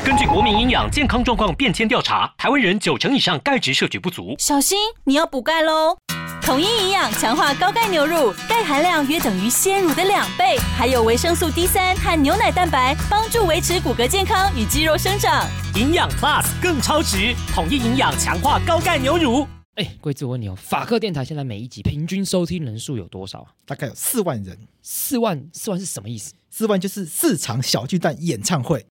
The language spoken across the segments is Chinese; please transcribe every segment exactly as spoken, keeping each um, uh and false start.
根据国民营养健康状况变迁调查，台湾人九成以上钙质摄取不足。 小心，你要补钙喽！统一营养强化高钙牛乳，钙含量约等于鲜乳的两倍，还有维生素 D 三 和牛奶蛋白，帮助维持骨骼健康与肌肉生长。 营养 Plus 更超值，统一营养强化高钙牛乳。 哎，贵子，我问你哦，法克电台现在每一集平均收听人数有多少啊？ 大概有四万人。 四万，四万是什么意思？ 四万就是四场小巨蛋演唱会。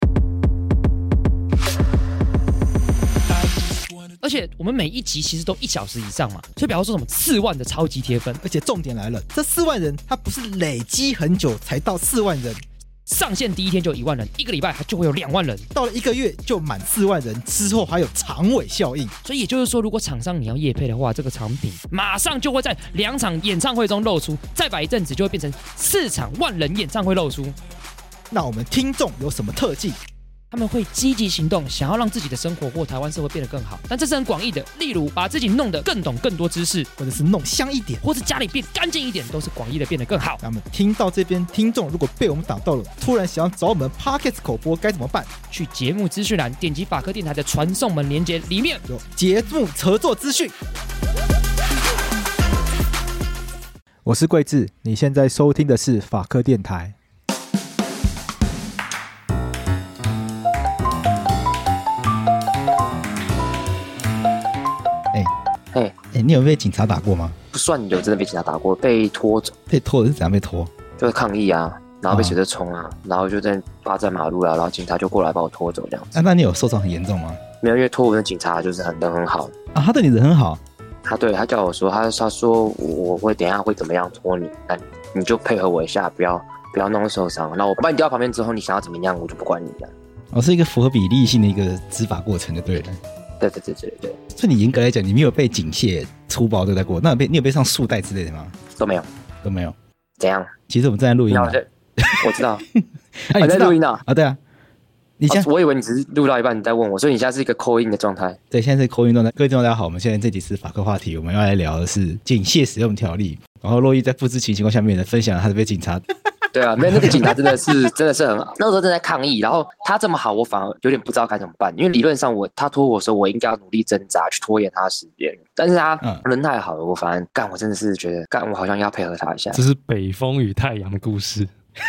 而且我们每一集其实都一小时以上嘛，所以比方说什么四万的超级贴分。 而且重点来了，这四万人他不是累积很久才到四万人， 上线第一天就一万人，一个礼拜它就会有两万人， 到了一个月就满四万人，之后还有长尾效应。 所以也就是说，如果厂商你要业配的话，这个产品马上就会在两场演唱会中露出，再摆一阵子就会变成四场万人演唱会露出。 那我们听众有什么特技？ 他们会积极行动，想要让自己的生活或台湾社会变得更好，但这是很广义的，例如把自己弄得更懂更多知识， 或者是弄香一点， 或是家里变干净一点，都是广义的变得更好。 那么听到这边，听众如果被我们打到了，突然想要找我们 Podcast 口播该怎么办？ 去节目资讯栏点击法科电台的传送门连结，里面有节目合作资讯。我是桂智，你现在收听的是法科电台。 哎、 欸，你有被警察打过吗？ 不算有真的被警察打过，被拖走。 被拖的是怎样被拖？ 就是抗议啊，然后被水车冲啊，然后就在霸占马路啊，然后警察就过来把我拖走这样子。 啊，那你有受伤很严重吗？ 没有，因为拖我的警察就是很人很好啊，他对你人很好。 他对他叫我说，他他说我会等一下会怎么样拖你，那你就配合我一下，不要不要弄受伤。那我把你丢到旁边之后，你想要怎么样，我就不管你了。 哦，是一个符合比例性的一个执法过程就对了。 对对对对对。 所以你严格来讲，你没有被警械粗暴对待过，那有被你有被上束带之类的吗？ 都没有， 都没有。 怎样？ 其实我们正在录音、啊， 我知道。 啊，你在录音啊？ 啊，对啊。你现在、 哦，我以为你只是录到一半你在问我，所以你现在是一个call in的状态。 对，现在是call in状态。各位听众大家好，我们现在这集是法科话题，我们要来聊的是警械使用条例。然后洛伊在不知情情况下面的分享了他是被警察。 对啊，没有那个警察真的是真的是很好，那时候正在抗议，然后他这么好，我反而有点不知道该怎么办，因为理论上我他拖我的时候，我应该要努力挣扎去拖延他的时间，但是他人太好了，我反而干，我真的是觉得干，我好像要配合他一下。 这是北风与太阳的故事。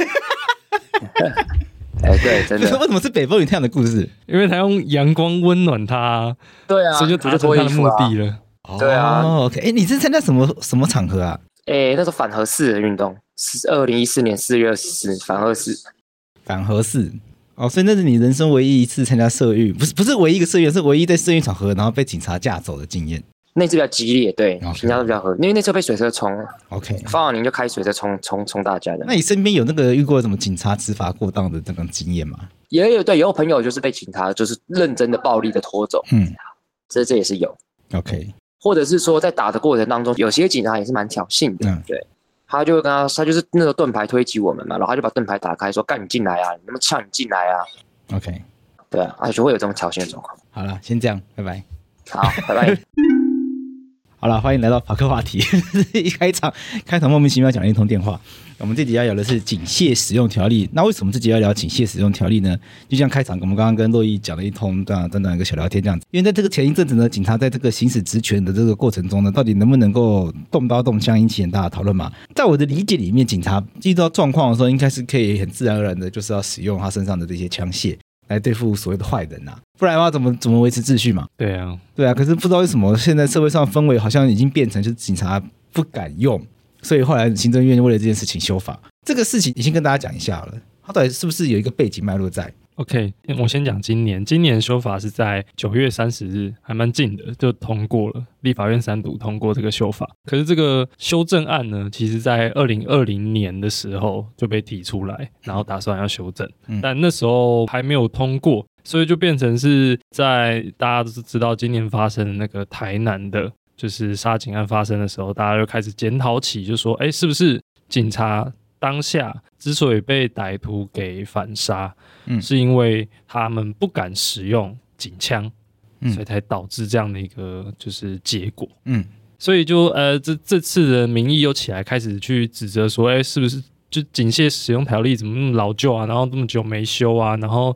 哎、欸，对，真的。 为什么是北风与太阳的故事？ 因为他用阳光温暖他， 对啊， 所以就达成他的目的了。 哦、 对啊 ，OK， 哎、欸，你是参加什么什么场合啊？ 哎、欸，那时候反核四的运动，是二零一四年四月二十四，反核四， 反核四。哦，所以那是你人生唯一一次参加社运，不是不是唯一一个社运，是唯一在社运场合然后被警察架走的经验。 那次比较激烈，对，人家都比较合，因为那次被水车冲 ，OK， 方浩宁就开水车冲冲冲大家的。 那你身边有那个遇过什么警察执法过当的这种经验吗？ 也有，对，也有朋友就是被警察就是认真的暴力的拖走，嗯，这这也是有 ，OK， 或者是说在打的过程当中，有些警察也是蛮挑衅的，嗯，对，他就会跟他，他就是那个盾牌推挤我们嘛，然后他就把盾牌打开说干你进来啊，你那么呛你进来啊 ，OK， 对啊，而且会有这种挑衅的状况。 好了，先这样，拜拜。 好，拜拜。 好了，欢迎来到法科话题。一开场，开场莫名其妙讲了一通电话。我们这集要聊的是警械使用条例。那为什么这集要聊警械使用条例呢？就像开场，我们刚刚跟洛伊讲了一通短短短一个小聊天这样子。因为在这个前一阵子呢，警察在这个行使职权的这个过程中呢，到底能不能够动刀动枪，引起很大的讨论嘛？在我的理解里面，警察遇到状况的时候，应该是可以很自然而然的，就是要使用他身上的这些枪械来对付所谓的坏人啊，不然的话怎么怎么维持秩序嘛？ 对啊，对啊。可是不知道为什么现在社会上氛围好像已经变成就是警察不敢用，所以后来行政院为了这件事情修法。这个事情已经跟大家讲一下了，它到底是不是有一个背景脉络在 ？OK， 我先讲今年，今年修法是在九月三十日，还蛮近的，就通过了，立法院三读通过这个修法。可是这个修正案呢，其实在二零二零年的时候就被提出来，然后打算要修正，嗯、但那时候还没有通过，所以就变成是在大家都知道今年发生的那个台南的，就是杀警案发生的时候，大家就开始检讨起，就说，哎，是不是警察当下之所以被歹徒给反杀，嗯，是因为他们不敢使用警枪，嗯，所以才导致这样的一个就是结果，嗯，所以就呃这这次的民意又起来开始去指责说，哎，是不是就警械使用条例怎么那么老旧啊，然后这么久没修啊，然后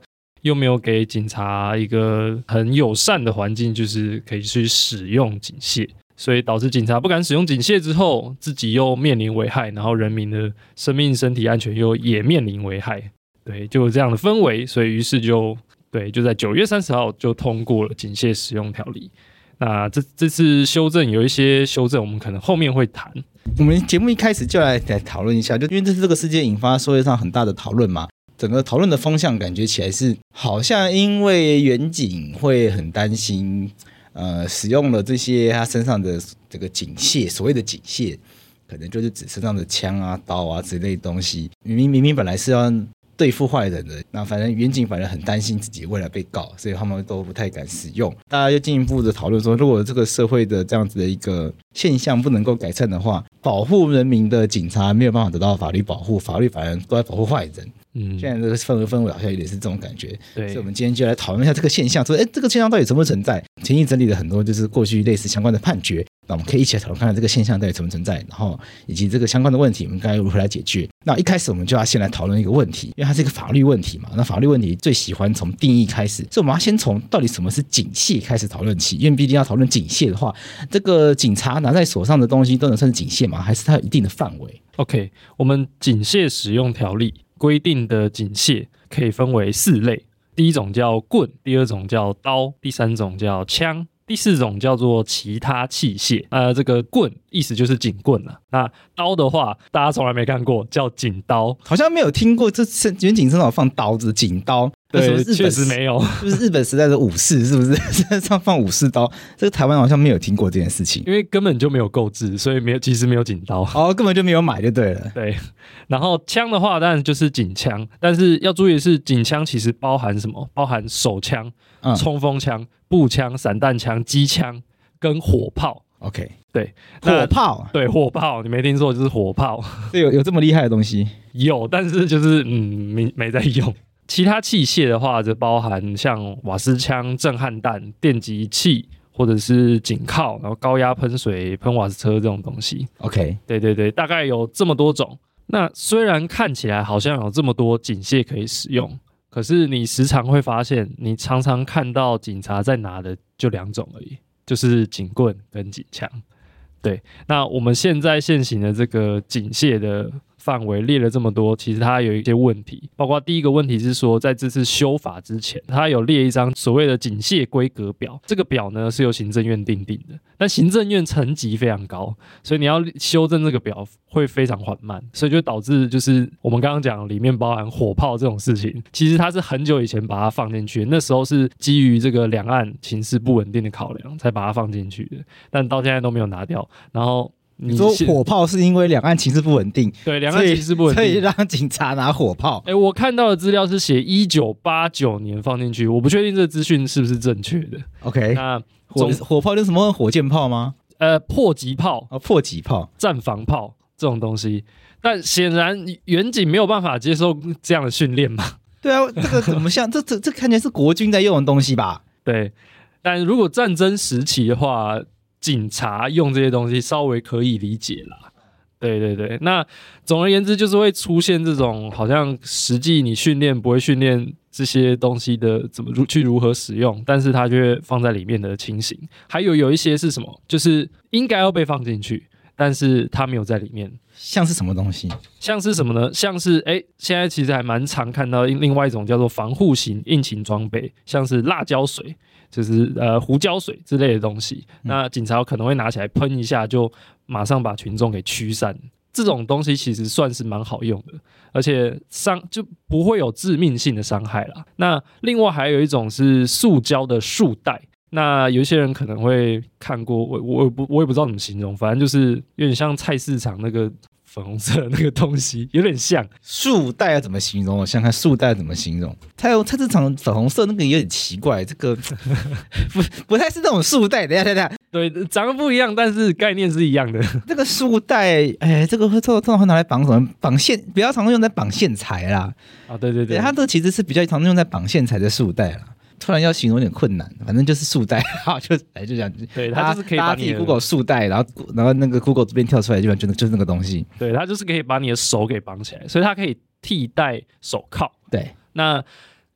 又没有给警察一个很友善的环境，就是可以去使用警械，所以导致警察不敢使用警械之后，自己又面临危害，然后人民的生命身体安全又也面临危害，对，就有这样的氛围，所以于是就对，就在九月三十号就通过了警械使用条例。那这这次修正有一些修正，我们可能后面会谈。 我们节目一开始就来来讨论一下，就因为这是这个事件引发社会上很大的讨论嘛，整个讨论的风向感觉起来是好像因为远警会很担心，呃，使用了这些他身上的这个警械，所谓的警械，可能就是指身上的枪啊、刀啊之类的东西，明明明明本来是要对付坏人的，那反正远警反而很担心自己未来被告，所以他们都不太敢使用。大家又进一步的讨论说，如果这个社会的这样子的一个现象不能够改善的话，保护人民的警察没有办法得到法律保护，法律反而都在保护坏人。嗯，现在这个氛围氛围好像有点是这种感觉，对，所以我们今天就来讨论一下这个现象，说，哎，这个现象到底存不存在？前一整理了很多就是过去类似相关的判决，那我们可以一起来讨论看看这个现象到底存不存在，然后以及这个相关的问题我们该如何来解决。那一开始我们就要先来讨论一个问题，因为它是一个法律问题嘛，那法律问题最喜欢从定义开始，所以我们要先从到底什么是警械开始讨论起，因为毕竟要讨论警械的话，这个警察拿在手上的东西都能算是警械吗？还是它有一定的范围？ OK， 我们警械使用条例规定的警械可以分为四类，第一种叫棍，第二种叫刀，第三种叫枪，第四种叫做其他器械。呃，这个棍意思就是警棍了。那刀的话，大家从来没看过，叫警刀， 好像没有听过。这远警身上有放刀子，警刀。 对，确实没有。 就是日本时代的武士，是不是身上放武士刀？这个台湾好像没有听过这件事情， 因为根本就没有购置，所以没有，其实没有警刀。 哦，根本就没有买就对了。 对，然后枪的话，当然就是警枪，但是要注意的是，警枪其实包含什么？包含手枪、嗯、冲锋枪、步枪、散弹枪、机枪跟火炮。 OK， 对， 火炮， 对，火炮，你没听错，就是火炮。 对，有有这么厉害的东西？ 有，但是就是嗯，没没在用。其他器械的话，则包含像瓦斯枪、震撼弹、电击器，或者是警铐，然后高压喷水、喷瓦斯车这种东西。 OK， 对对对，大概有这么多种。那虽然看起来好像有这么多警械可以使用，可是你时常会发现，你常常看到警察在拿的就两种而已，就是警棍跟警枪。对，那我们现在现行的这个警械的范围列了这么多，其实它有一些问题，包括第一个问题是说，在这次修法之前，它有列一张所谓的警械规格表，这个表呢是由行政院订定的，但行政院层级非常高，所以你要修正这个表会非常缓慢，所以就导致就是我们刚刚讲里面包含火炮这种事情，其实它是很久以前把它放进去，那时候是基于这个两岸情势不稳定的考量才把它放进去的，但到现在都没有拿掉，然后。 你说火炮是因为两岸情势不稳定， 对，两岸情势不稳定， 所以让警察拿火炮。 哎、欸，我看到的资料是写一九八九年放进去，我不确定这个资讯是不是正确的。 OK， 那火火炮就是什么火箭炮吗？ 呃，迫击炮、 哦，迫击炮、 战防炮这种东西，但显然远警没有办法接受这样的训练嘛。 对啊，这个怎么像这这这看起来是国军在用的东西吧？ 对，但如果战争时期的话。警察用这些东西稍微可以理解啦，对对对。那总而言之，就是会出现这种好像实际你训练不会训练这些东西的怎么去如何使用，但是它就会放在里面的情形。还有有一些是什么，就是应该要被放进去，但是它没有在里面。 像是什么东西？ 像是什么呢？像是哎，现在其实还蛮常看到另外一种叫做防护型应勤装备，像是辣椒水。就是呃胡椒水之类的东西，那警察可能会拿起来喷一下，就马上把群众给驱散。这种东西其实算是蛮好用的，而且伤就不会有致命性的伤害啦。那另外还有一种是塑胶的束带，那有一些人可能会看过，我我不我也不知道怎么形容，反正就是有点像菜市场那个。粉红色的那个东西有点像束带，要怎么形容？我想看束带怎么形容。菜菜市场粉红色那个有点奇怪，这个不不太是那种束带。等一下等一下， 对，长得不一样，但是概念是一样的。 这个束带，哎，这个会通常会拿来绑什么？绑线，比较常用在绑线材啦。 啊，对对 对, 对， 它这个其实是比较常用在绑线材的束带啦。突然要形容有点困难，反正就是束带，就来就讲， 对，它就是可以把你大家自己 Google 束带，然后然后那个 Google 这边跳出来，基本上就是那个东西。 对，它就是可以把你的手给绑起来，所以它可以替代手铐。 对， 那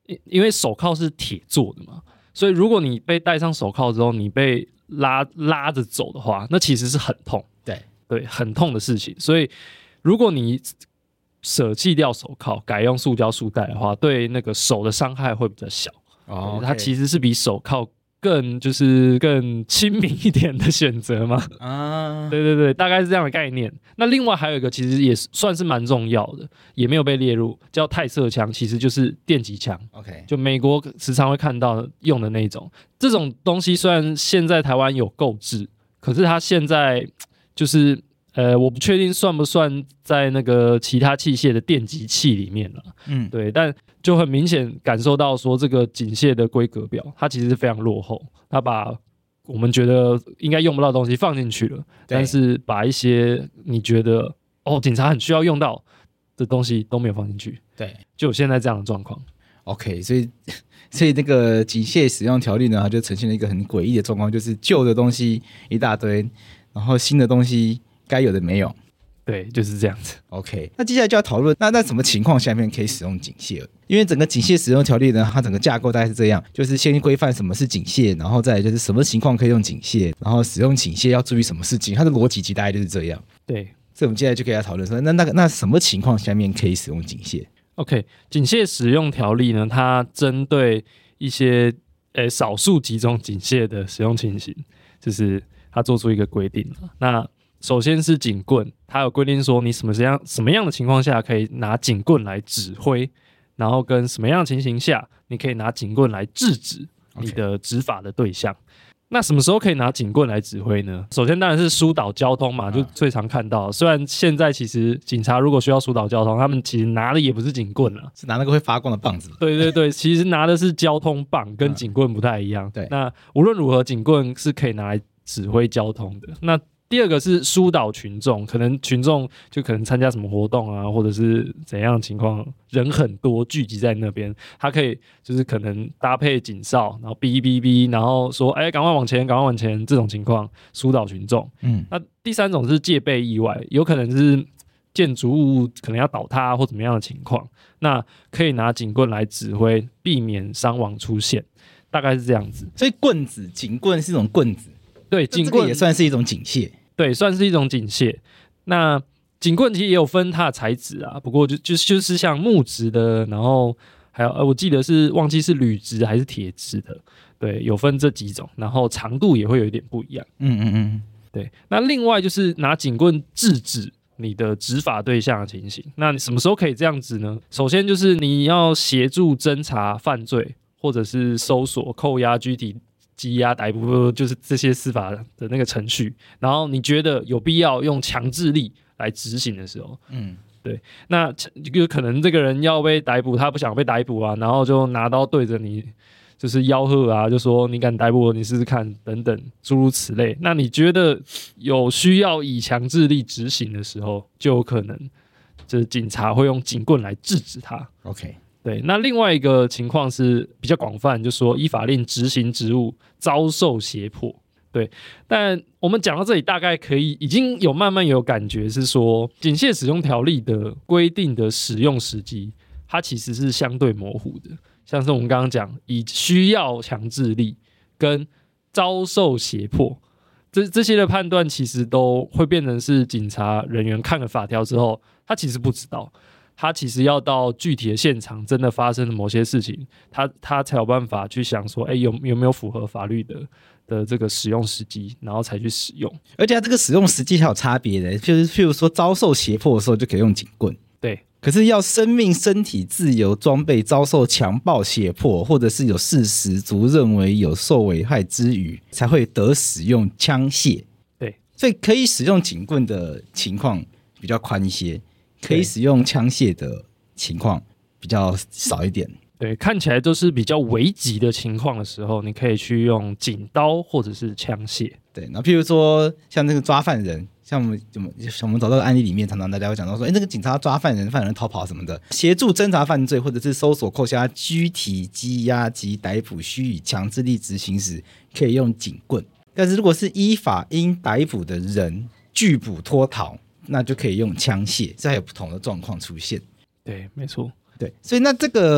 因为手铐是铁做的嘛，所以如果你被戴上手铐之后，你被拉拉着走的话，那其实是很痛， 对对，很痛的事情。所以如果你舍弃掉手铐，改用塑胶束带的话，对那个手的伤害会比较小。哦，它其实是比手铐更就是更亲民一点的选择嘛。啊，对对对，大概是这样的概念。那另外还有一个其实也算是蛮重要的，也没有被列入，叫泰瑟枪，其实就是电击枪。 OK， 就美国时常会看到用的那种。这种东西虽然现在台湾有购置，可是它现在就是呃，我不确定算不算在那个其他器械的电击器里面了。嗯，对，但就很明显感受到说这个警械的规格表，它其实是非常落后，它把我们觉得应该用不到的东西放进去了，但是把一些你觉得哦警察很需要用到的东西都没有放进去。 对， 就有现在这样的状况。 OK， 所以所以那个警械使用条例呢，它就呈现了一个很诡异的状况，就是旧的东西一大堆，然后新的东西该有的没有。 对，就是这样子。 OK， 那接下来就要讨论，那在什么情况下面可以使用警械？因为整个警械使用条例呢，它整个架构大概是这样，就是先规范什么是警械，然后再来就是什么情况可以用警械，然后使用警械要注意什么事情，它的逻辑其实大概就是这样。 对， 所以我们接下来就可以来讨论说，那那个那什么情况下面可以使用警械 ？OK， 警械使用条例呢，它针对一些呃少数几种警械的使用情形，就是它做出一个规定。那首先是警棍，它有规定说你什么样什么样的情况下可以拿警棍来指挥，然后跟什么样的情形下你可以拿警棍来制止你的执法的对象。Okay. 那什么时候可以拿警棍来指挥呢？首先当然是疏导交通嘛，就最常看到。虽然现在其实警察如果需要疏导交通，他们其实拿的也不是警棍了， 是拿那个会发光的棒子。 对对对，其实拿的是交通棒，跟警棍不太一样。对，那无论如何，警棍是可以拿来指挥交通的。那第二个是疏导群众，可能群众就可能参加什么活动啊，或者是怎样的情况，人很多聚集在那边，他可以就是可能搭配警哨，然后哔哔哔，然后说哎，赶快往前，赶快往前，这种情况疏导群众。嗯，那第三种是戒备意外，有可能是建筑物可能要倒塌或怎么样的情况，那可以拿警棍来指挥，避免伤亡出现，大概是这样子。 所以棍子，警棍是一种棍子。 对，警棍也算是一种警械， 对，算是一种警械。那警棍其实也有分它的材质啊，不过就就就是像木质的，然后还有呃，我记得是忘记是铝质还是铁质的，对，有分这几种，然后长度也会有一点不一样。嗯嗯嗯，对。那另外就是拿警棍制止你的执法对象的情形，那你什么时候可以这样子呢？首先就是你要协助侦查犯罪，或者是搜索、扣押、拘提、羁押、逮捕，就是这些司法的那个程序，然后你觉得有必要用强制力来执行的时候，嗯，对，那就可能这个人要被逮捕，他不想被逮捕啊，然后就拿刀对着你，就是吆喝啊，就说你敢逮捕我，你试试看，等等，诸如此类。那你觉得有需要以强制力执行的时候，就有可能就是警察会用警棍来制止他。 OK。 对，那另外一个情况是比较广泛，就是说依法令执行职务遭受胁迫。对，但我们讲到这里，大概可以已经有慢慢有感觉是说，警械使用条例的规定的使用时机，它其实是相对模糊的。像是我们刚刚讲，以需要强制力跟遭受胁迫，这这些的判断其实都会变成是警察人员看了法条之后，他其实不知道。他其实要到具体的现场，真的发生了某些事情，他他才有办法去想说，哎，有有没有符合法律的的这个使用时机，然后才去使用。 而且它这个使用时机还有差别的，就是譬如说遭受胁迫的时候就可以用警棍， 对。 可是要生命、身体、自由、装备遭受强暴、胁迫，或者是有事实足认为有受危害之余，才会得使用枪械。 对， 所以可以使用警棍的情况比较宽一些。可以使用枪械的情况比较少一点。 对，看起来都是比较危急的情况的时候，你可以去用警刀或者是枪械。 对，那譬如说像那个抓犯人，像我们我们找到的案例里面，常常大家会讲到说，哎，那个警察抓犯人，犯人逃跑什么的，协助侦查犯罪或者是搜索、扣押、拘提、羁押及逮捕须以强制力执行时，可以用警棍。但是如果是依法应逮捕的人拒捕脱逃，那就可以用枪械，这还有不同的状况出现。 对，没错。 对，所以那这个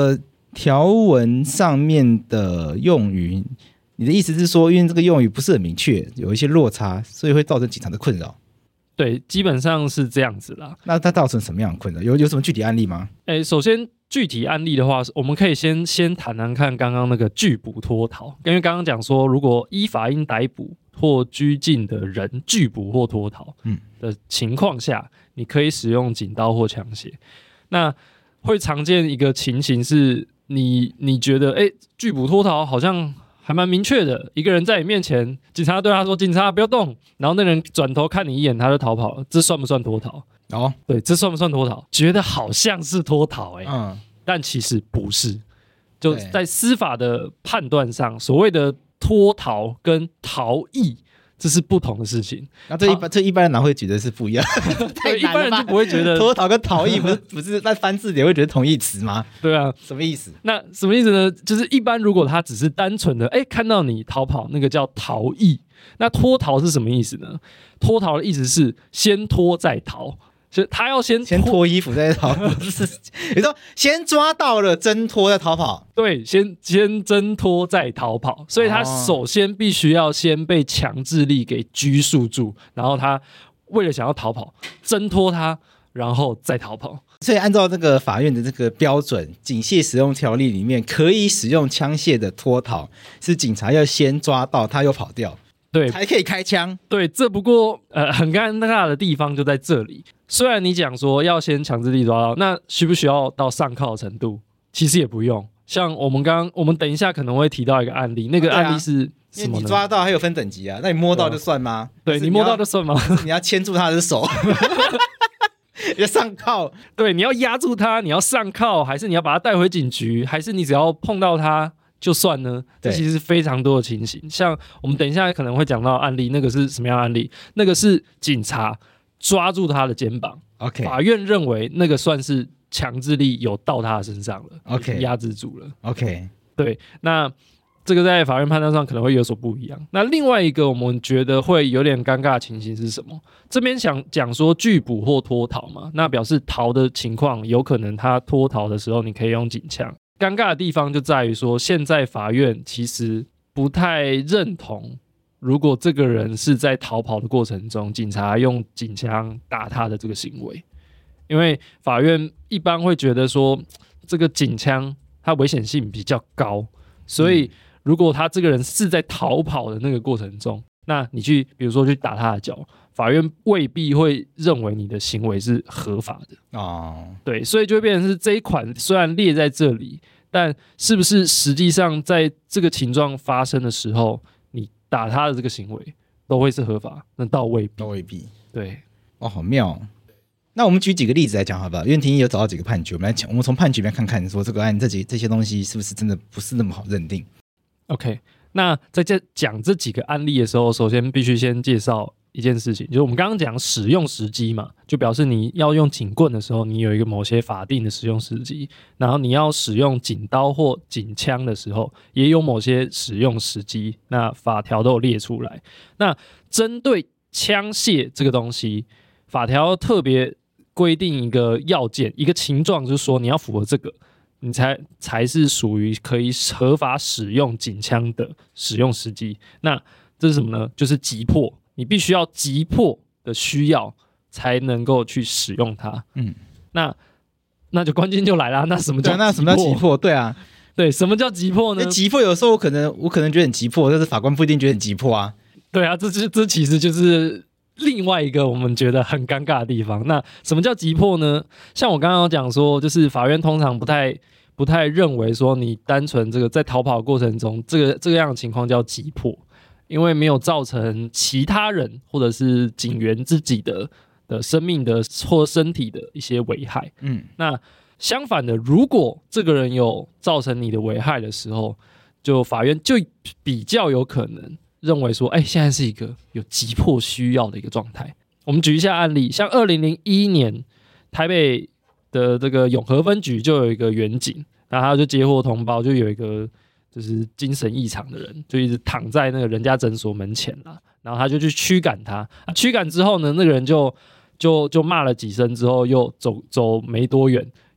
条文上面的用语，你的意思是说，因为这个用语不是很明确，有一些落差，所以会造成警察的困扰？ 对，基本上是这样子啦。 那它造成什么样的困扰？有有什么具体案例吗？ 诶，首先具体案例的话，我们可以先先谈谈看刚刚那个拒捕脱逃，因为刚刚讲说，如果依法应逮捕或拘禁的人拒捕或脱逃的情况下，嗯、你可以使用警刀或枪械。那会常见一个情形是你你觉得，哎，拒捕脱逃好像还蛮明确的，一个人在你面前，警察对他说：“警察不要动。”然后那人转头看你一眼，他就逃跑了。这算不算脱逃？哦，对，这算不算脱逃？觉得好像是脱逃、欸，哎、嗯，但其实不是。就在司法的判断上，所谓的脱逃跟逃逸，这是不同的事情。 那这一般这一般人哪会觉得是不一样？ 对，一般人就不会觉得脱逃跟逃逸不是不是在翻字典会觉得同义词吗？ 对啊， 什么意思？ 那什么意思呢？就是一般如果他只是单纯的哎看到你逃跑，那个叫逃逸。那脱逃是什么意思呢？脱逃的意思是先脱再逃。所以他要先脱先脱衣服再逃，不是？你说先抓到了挣脱再逃跑？ 对，先先挣脱再逃跑。所以他首先必须要先被强制力给拘束住，然后他为了想要逃跑，挣脱他，然后再逃跑。 所以按照这个法院的这个标准，警械使用条例里面可以使用枪械的脱逃，是警察要先抓到他又跑掉。 对， 才可以开枪。 对，这不过呃很尴尬的地方就在这里。虽然你讲说要先强制力抓到，那需不需要到上铐的程度？其实也不用。像我们刚刚，我们等一下可能会提到一个案例，那个案例是什么呢？ 因为你抓到还有分等级啊，那你摸到就算吗？ 对，你摸到就算吗？ 你要牵住他的手。要上铐， 对，你要压住他，你要上铐，还是你要把他带回警局，还是你只要碰到他就算呢？这其实非常多的情形，像我们等一下可能会讲到的案例，那个是什么样的案例？那个是警察抓住他的肩膀 ，OK， 法院认为那个算是强制力有到他的身上了 ，OK， 压制住了 ，OK， 对，那这个在法院判断上可能会有所不一样。那另外一个我们觉得会有点尴尬的情形是什么？这边想讲说拒捕或脱逃嘛，那表示逃的情况有可能他脱逃的时候你可以用警枪。尴尬的地方就在于说，现在法院其实不太认同，如果这个人是在逃跑的过程中，警察用警枪打他的这个行为，因为法院一般会觉得说，这个警枪它危险性比较高，所以如果他这个人是在逃跑的那个过程中，那你去比如说去打他的脚，法院未必会认为你的行为是合法的哦。对，所以就会变成是这一款虽然列在这里，但是不是实际上在这个情状发生的时候，你打他的这个行为都会是合法？那倒未必， 都未必。 对， 哦，好妙哦。那我们举几个例子来讲好不好？因为庭议有找到几个判决，我们来讲，我们从判决里面看看，说这个案这几这些东西是不是真的不是那么好认定 ？OK， 那在这讲这几个案例的时候，首先必须先介绍一件事情，就是我们刚刚讲使用时机嘛，就表示你要用警棍的时候，你有一个某些法定的使用时机，然后你要使用警刀或警枪的时候，也有某些使用时机，那法条都有列出来。那针对枪械这个东西，法条特别规定一个要件，一个情状，就是说你要符合这个，你才才是属于可以合法使用警枪的使用时机。那这是什么呢？就是急迫，你必须要急迫的需要才能够去使用它。嗯，那那就关键就来了，那什么叫那什么叫急迫？对啊， 对，什么叫急迫呢？ 急迫有时候我可能我可能觉得很急迫，但是法官不一定觉得很急迫啊。 对啊，这这其实就是另外一个我们觉得很尴尬的地方。那什么叫急迫呢？像我刚刚讲说，就是法院通常不太不太认为说你单纯这个在逃跑的过程中，这个这个样的情况叫急迫，因为没有造成其他人或者是警员自己的的生命的或身体的一些危害。嗯，那相反的，如果这个人有造成你的危害的时候，就法院就比较有可能认为说，哎，现在是一个有急迫需要的一个状态。我们举一下案例，像二零零一年台北的这个永和分局就有一个员警，然后他就接获通报，就有一个就是精神异常的人，就一直躺在那个人家诊所门前啦，然后他就去驱赶他，啊、驱赶之后呢，那个人就就就骂了几声之后，又走走没多远，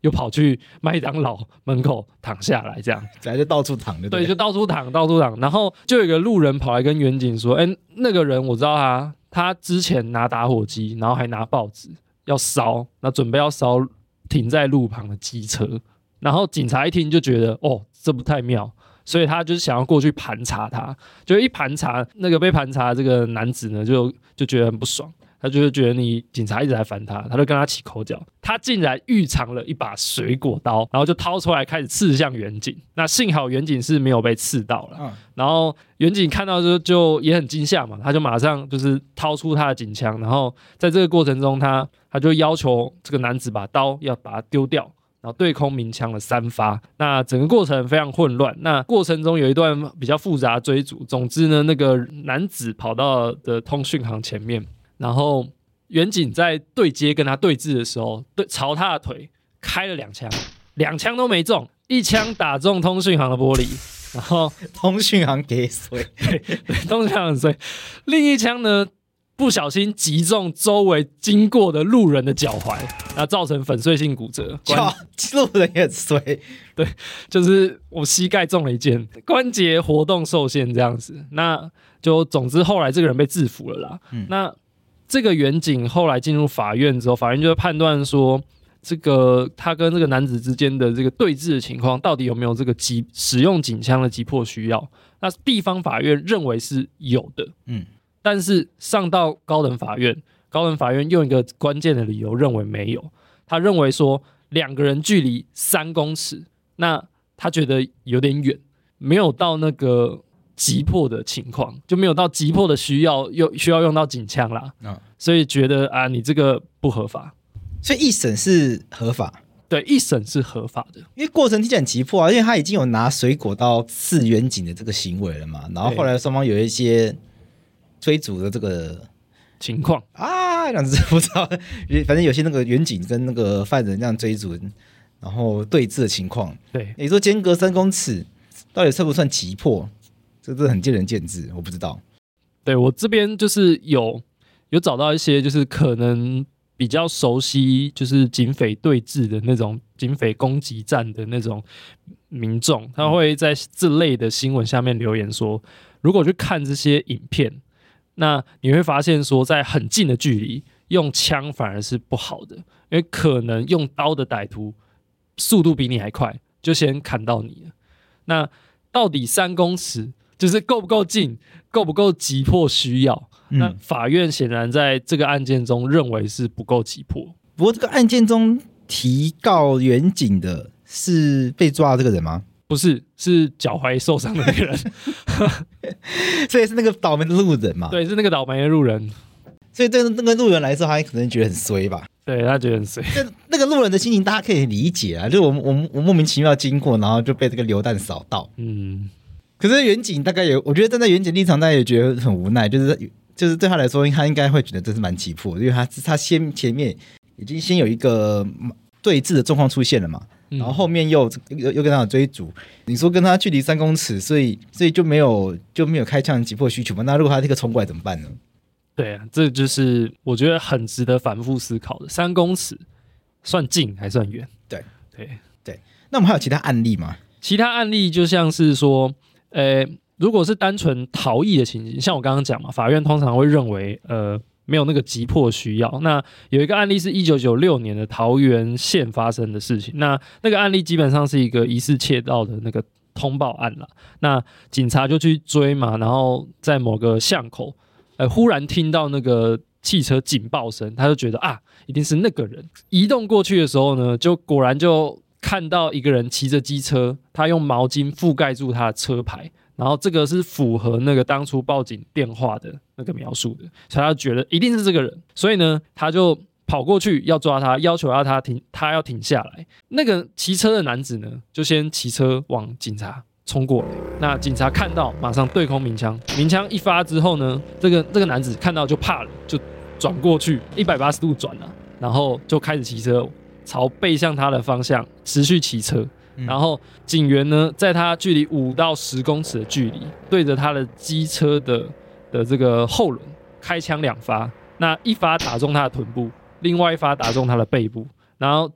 又跑去麦当劳门口躺下来，这样， 然后就到处躺的， 对，就到处躺，到处躺。然后就有一个路人跑来跟远景说：“哎，那个人我知道他，他之前拿打火机，然后还拿报纸要烧，那准备要烧停在路旁的机车。”然后警察一听就觉得，哦，这不太妙。所以他就是想要过去盘查他，就一盘查那个被盘查的这个男子呢，就就觉得很不爽，他就觉得你警察一直在烦他，他就跟他起口角，他竟然预藏了一把水果刀，然后就掏出来开始刺向远景。那幸好远景是没有被刺到了，嗯、然后远景看到就就也很惊吓嘛，他就马上就是掏出他的警枪，然后在这个过程中他他就要求这个男子把刀要把它丢掉。然后对空鸣枪了三发，那整个过程非常混乱。那过程中有一段比较复杂的追逐。总之呢，那个男子跑到的通讯行前面，然后远景在对接跟他对峙的时候，对朝他的腿开了两枪，两枪都没中，一枪打中通讯行的玻璃，然后通讯行给水， 对对，通讯行很碎。另一枪呢？不小心击中周围经过的路人的脚踝，那造成粉碎性骨折。 路人也很衰， 对，就是我膝盖中了一箭，关节活动受限这样子。那就总之后来这个人被制服了啦。嗯、那这个远景后来进入法院之后，法院就会判断说，这个他跟这个男子之间的这个对峙的情况，到底有没有这个急使用警枪的急迫需要？那地方法院认为是有的。嗯。但是上到高等法院，高等法院用一个关键的理由认为没有，他认为说两个人距离三公尺，那他觉得有点远，没有到那个急迫的情况，就没有到急迫的需要用需要用到警枪啦，哦、所以觉得啊你这个不合法， 所以一审是合法。 对，一审是合法的， 因为过程听起来很急迫啊，因为他已经有拿水果刀刺远景的这个行为了嘛，然后后来双方有一些追逐的这个情况啊，这样子不知道，反正有些那个远景跟那个犯人这样追逐，然后对峙的情况。对，你说间隔三公尺，到底算不算急迫？这这很见仁见智，我不知道。 对，我这边就是有有找到一些，就是可能比较熟悉，就是警匪对峙的那种警匪攻击战的那种民众，他会在这类的新闻下面留言说，如果去看这些影片。那你会发现说，在很近的距离用枪反而是不好的，因为可能用刀的歹徒速度比你还快，就先砍到你了。那到底三公尺就是够不够近，够不够急迫需要？嗯、那法院显然在这个案件中认为是不够急迫。 不过这个案件中提告远景的是被抓的这个人吗？ 不是，是脚踝受伤的那个人， 所以是那个倒霉的路人嘛？ 对，是那个倒霉的路人。 所以对那个路人来说，他可能觉得很衰吧？ 对，他觉得很衰。 那那个路人的心情，大家可以理解啊，就是我我我莫名其妙经过，然后就被这个流弹扫到。嗯，可是远景大概有，我觉得站在远景立场，大家也觉得很无奈，就是就是对他来说，他应该会觉得这是蛮急迫的，因为他他先前面已经先有一个对峙的状况出现了嘛。然后后面又又又跟他有追逐，你说跟他距离三公尺，所以所以就没有就没有开枪急迫需求嘛？那如果他这个冲过来怎么办呢？ 对啊，这就是我觉得很值得反复思考的。三公尺算近还算远？ 对对对。那我们还有其他案例吗？ 其他案例就像是说，呃，如果是单纯逃逸的情形，像我刚刚讲嘛，法院通常会认为，呃。没有那个急迫需要。那有一个案例是一九九六年的桃园县发生的事情。那那个案例基本上是一个疑似窃盗的那个通报案啦。那警察就去追嘛，然后在某个巷口，呃，忽然听到那个汽车警报声，他就觉得啊，一定是那个人。移动过去的时候呢，就果然就看到一个人骑着机车，他用毛巾覆盖住他的车牌。然后这个是符合那个当初报警电话的那个描述的，所以他觉得一定是这个人，所以呢，他就跑过去要抓他，要求要他停，他要停下来。那个骑车的男子呢，就先骑车往警察冲过来。那警察看到，马上对空鸣枪，鸣枪一发之后呢，这个这个男子看到就怕了，就转过去一百八十度转了，然后就开始骑车朝背向他的方向持续骑车。然后警员呢，在他距离五到十公尺的距离，对着他的机车的的这个后轮开枪两发，那一发打中他的臀部，另外一发打中他的背部，然后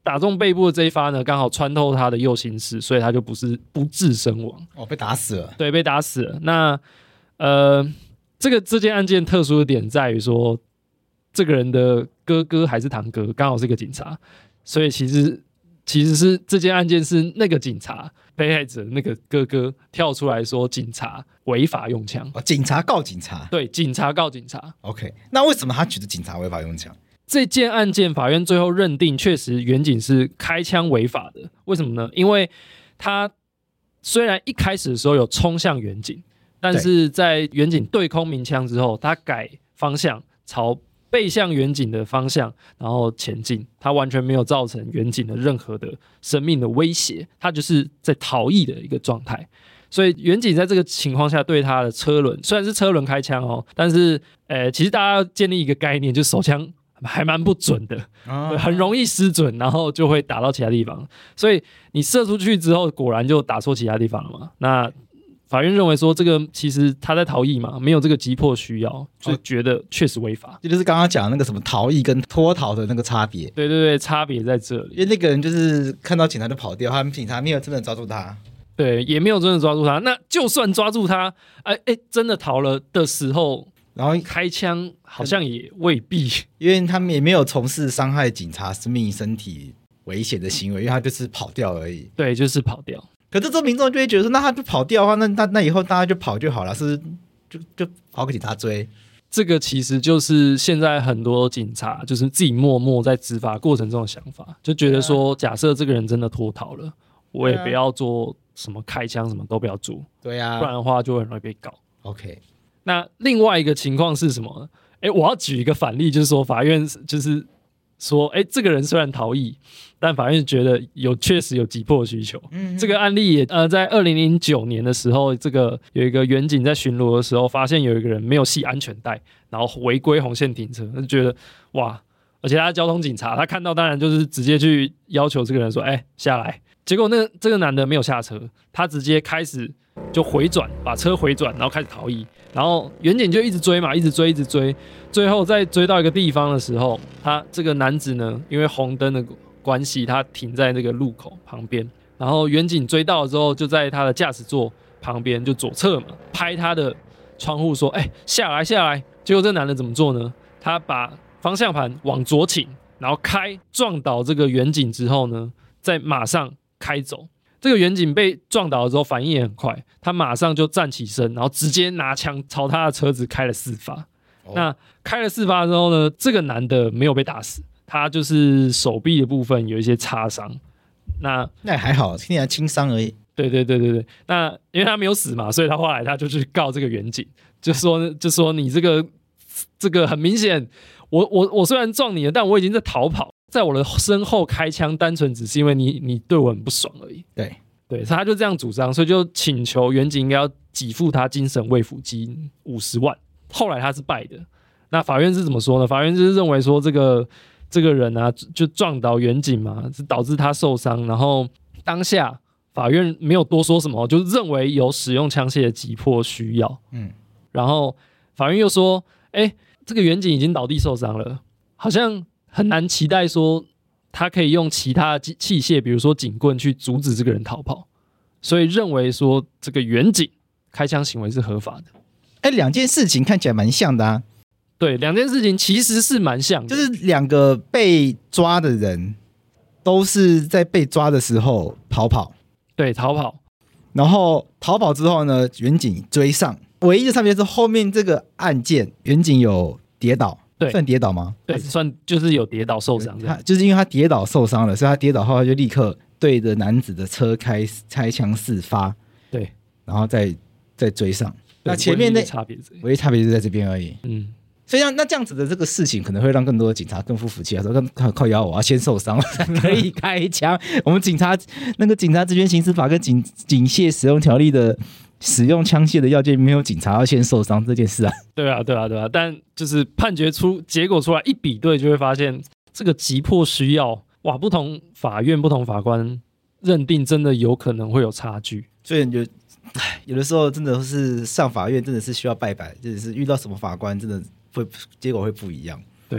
打中背部的这一发呢，刚好穿透他的右心室，所以他就不是不治身亡。 哦，被打死了。 对，被打死了。那呃，这个这件案件特殊的点在于说，这个人的哥哥还是堂哥，刚好是个警察，所以其实其实是这件案件是那个警察被害者那个哥哥跳出来说警察违法用枪。 哦，警察告警察。 对，警察告警察。 OK， 那为什么他觉得警察违法用枪？ 这件案件，法院最后认定，确实远景是开枪违法的。为什么呢？因为他虽然一开始的时候有冲向远景，但是在远景对空鸣枪之后，他改方向朝背向远景的方向，然后前进，他完全没有造成远景的任何的生命的威胁，他就是在逃逸的一个状态。所以远景在这个情况下对他的车轮，虽然是车轮开枪哦，但是呃，其实大家要建立一个概念，就是手枪还蛮不准的， 哦、 很容易失准，然后就会打到其他地方。所以你射出去之后，果然就打错其他地方了嘛。那法院认为说，这个其实他在逃逸嘛，没有这个急迫需要，就觉得确实违法。 这就是刚刚讲的那个什么逃逸跟脱逃的那个差别。 对对对，差别在这里。 因为那个人就是看到警察就跑掉，他们警察没有真的抓住他。 对，也没有真的抓住他。那就算抓住他，哎哎，真的逃了的时候， 然后开枪好像也未必， 因为他们也没有从事伤害警察生命、身体危险的行为，因为他就是跑掉而已。 对，就是跑掉。 可是这时候民众就会觉得说，那他就跑掉的话，那那那以后大家就跑就好了，是不是就就跑给警察追？ 这个其实就是现在很多警察就是自己默默在执法过程中的想法，就觉得说，假设这个人真的脱逃了，我也不要做什么开枪，什么都不要做， 对啊， 不然的话就会很容易被告。 OK， 那另外一个情况是什么呢？哎，我要举一个反例，就是说法院就是说，哎，这个人虽然逃逸，但法院觉得有确实有急迫需求。嗯，这个案例也呃，在二零零九年的时候，这个有一个远警在巡逻的时候，发现有一个人没有系安全带，然后违规红线停车，就觉得哇，而且他是交通警察，他看到当然就是直接去要求这个人说，哎，下来。结果那这个男的没有下车，他直接开始就回转，把车回转，然后开始逃逸。然后远警就一直追嘛，一直追，一直追。最后在追到一个地方的时候，他这个男子呢，因为红灯的关系，他停在那个路口旁边。然后远警追到了之后，就在他的驾驶座旁边，就左侧嘛，拍他的窗户说：“哎、欸，下来，下来！”结果这男的怎么做呢？他把方向盘往左倾，然后开撞倒这个远警之后呢，再马上开走。这个远警被撞倒之后反应也很快，他马上就站起身，然后直接拿枪朝他的车子开了四发。哦、那开了四发之后呢，这个男的没有被打死，他就是手臂的部分有一些擦伤。那那还好，听起来轻伤而已。 对对对对对。那因为他没有死嘛，所以他后来他就去告这个远警，就说就说你这个这个很明显，我我我虽然撞你了，但我已经在逃跑。在我的身后开枪，单纯只是因为你你对我很不爽而已。 对对，他就这样主张，所以就请求远警应该要给付他精神慰抚金五十万。后来他是败的，那法院是怎么说呢？法院就是认为说这个这个人啊，就撞倒远警嘛，是导致他受伤，然后当下法院没有多说什么，就认为有使用枪械的急迫需要。嗯，然后法院又说，哎，这个远警已经倒地受伤了，好像很难期待说他可以用其他器械，比如说警棍去阻止这个人逃跑，所以认为说这个远警开枪行为是合法的。 哎，两件事情看起来蛮像的啊。 对，两件事情其实是蛮像的， 就是两个被抓的人都是在被抓的时候逃跑。 对，逃跑。 然后逃跑之后呢，远警追上，唯一的差别是后面这个案件，远警有跌倒。 对， 算跌倒吗？ 对，算就是有跌倒受伤。 他就是因为他跌倒受伤了，所以他跌倒后他就立刻对着男子的车开开枪四发。 对，然后再再追上。那前面那差别， 唯一差别就在这边而已。 嗯， 所以那这样子的这个事情，可能会让更多的警察更不服气啊，说靠靠腰，我要先受伤才可以开枪。我们警察那个警察职权行使法跟警警械使用条例的。使用枪械的要件没有警察要先受伤这件事啊， 对啊，对啊，对啊，但就是判决出结果出来一比对，就会发现这个急迫需要，哇，不同法院、不同法官认定真的有可能会有差距， 所以你就有的时候真的是上法院真的是需要拜拜，就是遇到什么法官真的会结果会不一样。 对，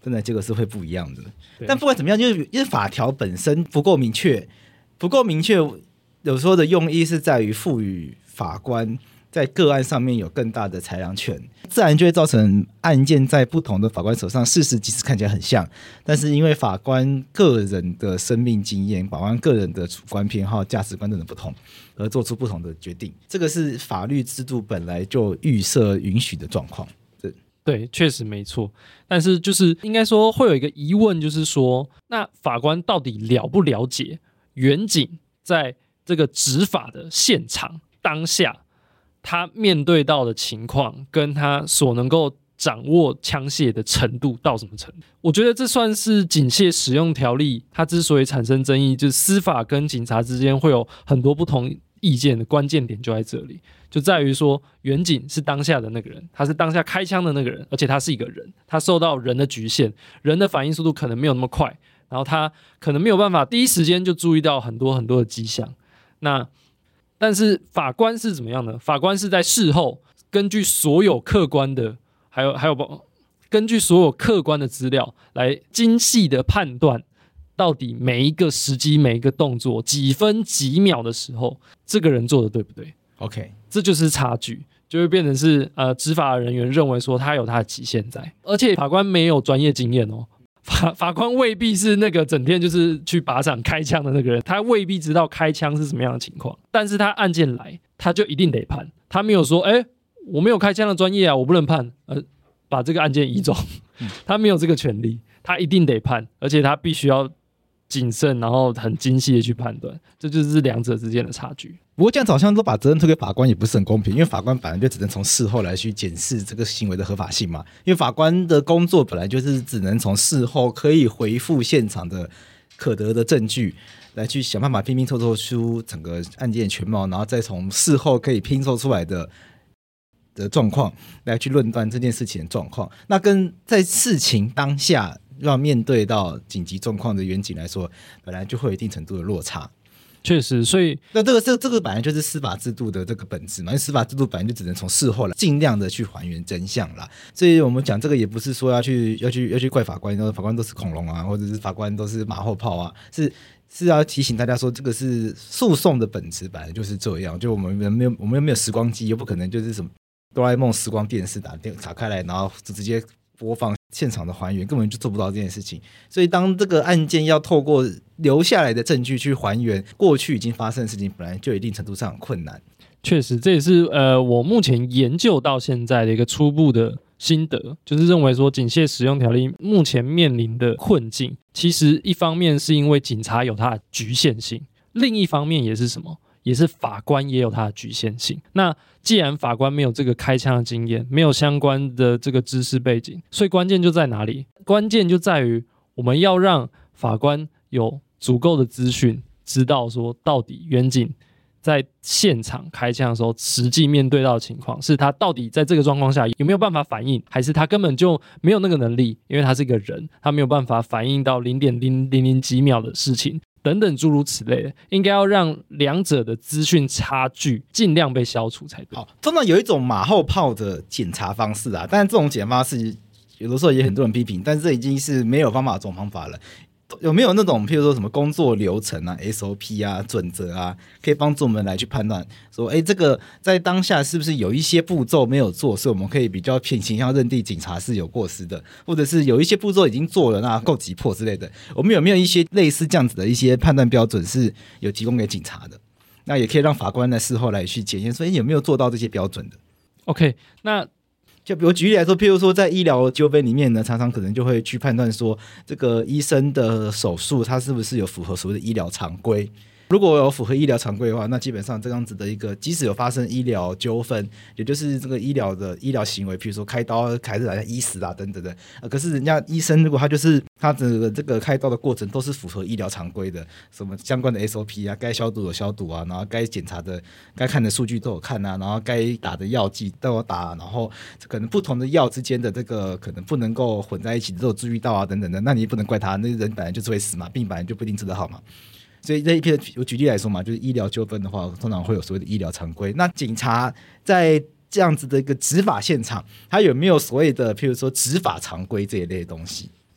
真的结果是会不一样的。但不管怎么样，就是因为法条本身不够明确，不够明确，有时候的用意是在于赋予法官在个案上面有更大的裁量权，自然就会造成案件在不同的法官手上，事实即使看起来很像，但是因为法官个人的生命经验、法官个人的主观偏好、价值观等等不同，而做出不同的决定。这个是法律制度本来就预设允许的状况。 对，确实没错。但是就是应该说会有一个疑问，就是说，那法官到底了不了解远景在这个执法的现场当下，他面对到的情况，跟他所能够掌握枪械的程度到什么程度？我觉得这算是警械使用条例它之所以产生争议，就是司法跟警察之间会有很多不同意见的关键点就在这里，就在于说远景是当下的那个人，他是当下开枪的那个人，而且他是一个人，他受到人的局限，人的反应速度可能没有那么快，然后他可能没有办法第一时间就注意到很多很多的迹象。那但是法官是怎么样呢？法官是在事后根据所有客观的还有还有根据所有客观的资料来精细的判断到底每一个时机每一个动作几分几秒的时候这个人做的对不对。 OK， 这就是差距，就会变成是呃执法人员认为说他有他的极限在，而且法官没有专业经验哦，法法官未必是那个整天就是去靶场开枪的那个人，他未必知道开枪是什么样的情况，但是他案件来他就一定得判，他没有说哎我没有开枪的专业啊我不能判，呃把这个案件移走，他没有这个权利，他一定得判，而且他必须要谨慎然后很精细的去判断，这就是两者之间的差距。 不过这样子好像都把责任推给法官也不是很公平，因为法官本来就只能从事后来去检视这个行为的合法性嘛，因为法官的工作本来就是只能从事后可以回复现场的可得的证据来去想办法拼拼凑凑出整个案件的全貌，然后再从事后可以拼凑出来的的状况来去论断这件事情的状况，那跟在事情当下要面对到紧急状况的远景来说，本来就会有一定程度的落差。 确实，所以那这个这这个本来就是司法制度的这个本质嘛，因为司法制度本来就只能从事后来尽量的去还原真相啦。所以我们讲这个也不是说要去要去要去怪法官，法官都是恐龙啊，或者是法官都是马后炮啊，是是要提醒大家说，这个是诉讼的本质本来就是这样。就我们没有我们又没有时光机，又不可能就是什么哆啦 A 梦时光电视打电打开来，然后直接播放现场的还原，根本就做不到这件事情。所以当这个案件要透过留下来的证据去还原过去已经发生的事情，本来就有一定程度上很困难。 确实这也是呃我目前研究到现在的一个初步的心得，就是认为说警械使用条例目前面临的困境，其实一方面是因为警察有它的局限性，另一方面也是什么，也是法官也有它的局限性。那既然法官没有这个开枪的经验，没有相关的这个知识背景，所以关键就在哪里？关键就在于我们要让法官有足够的资讯，知道说到底远景在现场开枪的时候实际面对到的情况，是他到底在这个状况下有没有办法反应，还是他根本就没有那个能力，因为他是一个人，他没有办法反应到零点零零零几秒的事情等等诸如此类的，应该要让两者的资讯差距尽量被消除才对。 好，通常有一种马后炮的检查方式啊，但是这种检查方式有的时候也很多人批评，但是这已经是没有方法这种方法了。有没有那种譬如说什么工作流程啊 S O P 啊准则啊，可以帮助我们来去判断说，哎，这个在当下是不是有一些步骤没有做，所以我们可以比较偏倾向认定警察是有过失的，或者是有一些步骤已经做了，那够急迫之类的。我们有没有一些类似这样子的一些判断标准是有提供给警察的？那也可以让法官在事后来去检验说，哎，有没有做到这些标准的 ？OK， 那。 就比如举例来说，譬如说在医疗纠纷里面呢，常常可能就会去判断说，这个医生的手术他是不是有符合所谓的医疗常规。如果有符合医疗常规的话，那基本上这样子的一个，即使有发生医疗纠纷，也就是这个医疗的医疗行为，比如说开刀还是来医死啊等等的、呃，可是人家医生如果他就是他的这个开刀的过程都是符合医疗常规的，什么相关的 S O P 啊，该消毒有消毒啊，然后该检查的、该看的数据都有看啊，然后该打的药剂都有打，然后可能不同的药之间的这个可能不能够混在一起都有注意到啊等等的，那你也不能怪他，那人本来就是会死嘛，病本来就不一定治得好嘛。所以这一篇我举例来说嘛，就是医疗纠纷的话，通常会有所谓的医疗常规。那警察在这样子的一个执法现场，他有没有所谓的譬如说执法常规这一类的东西？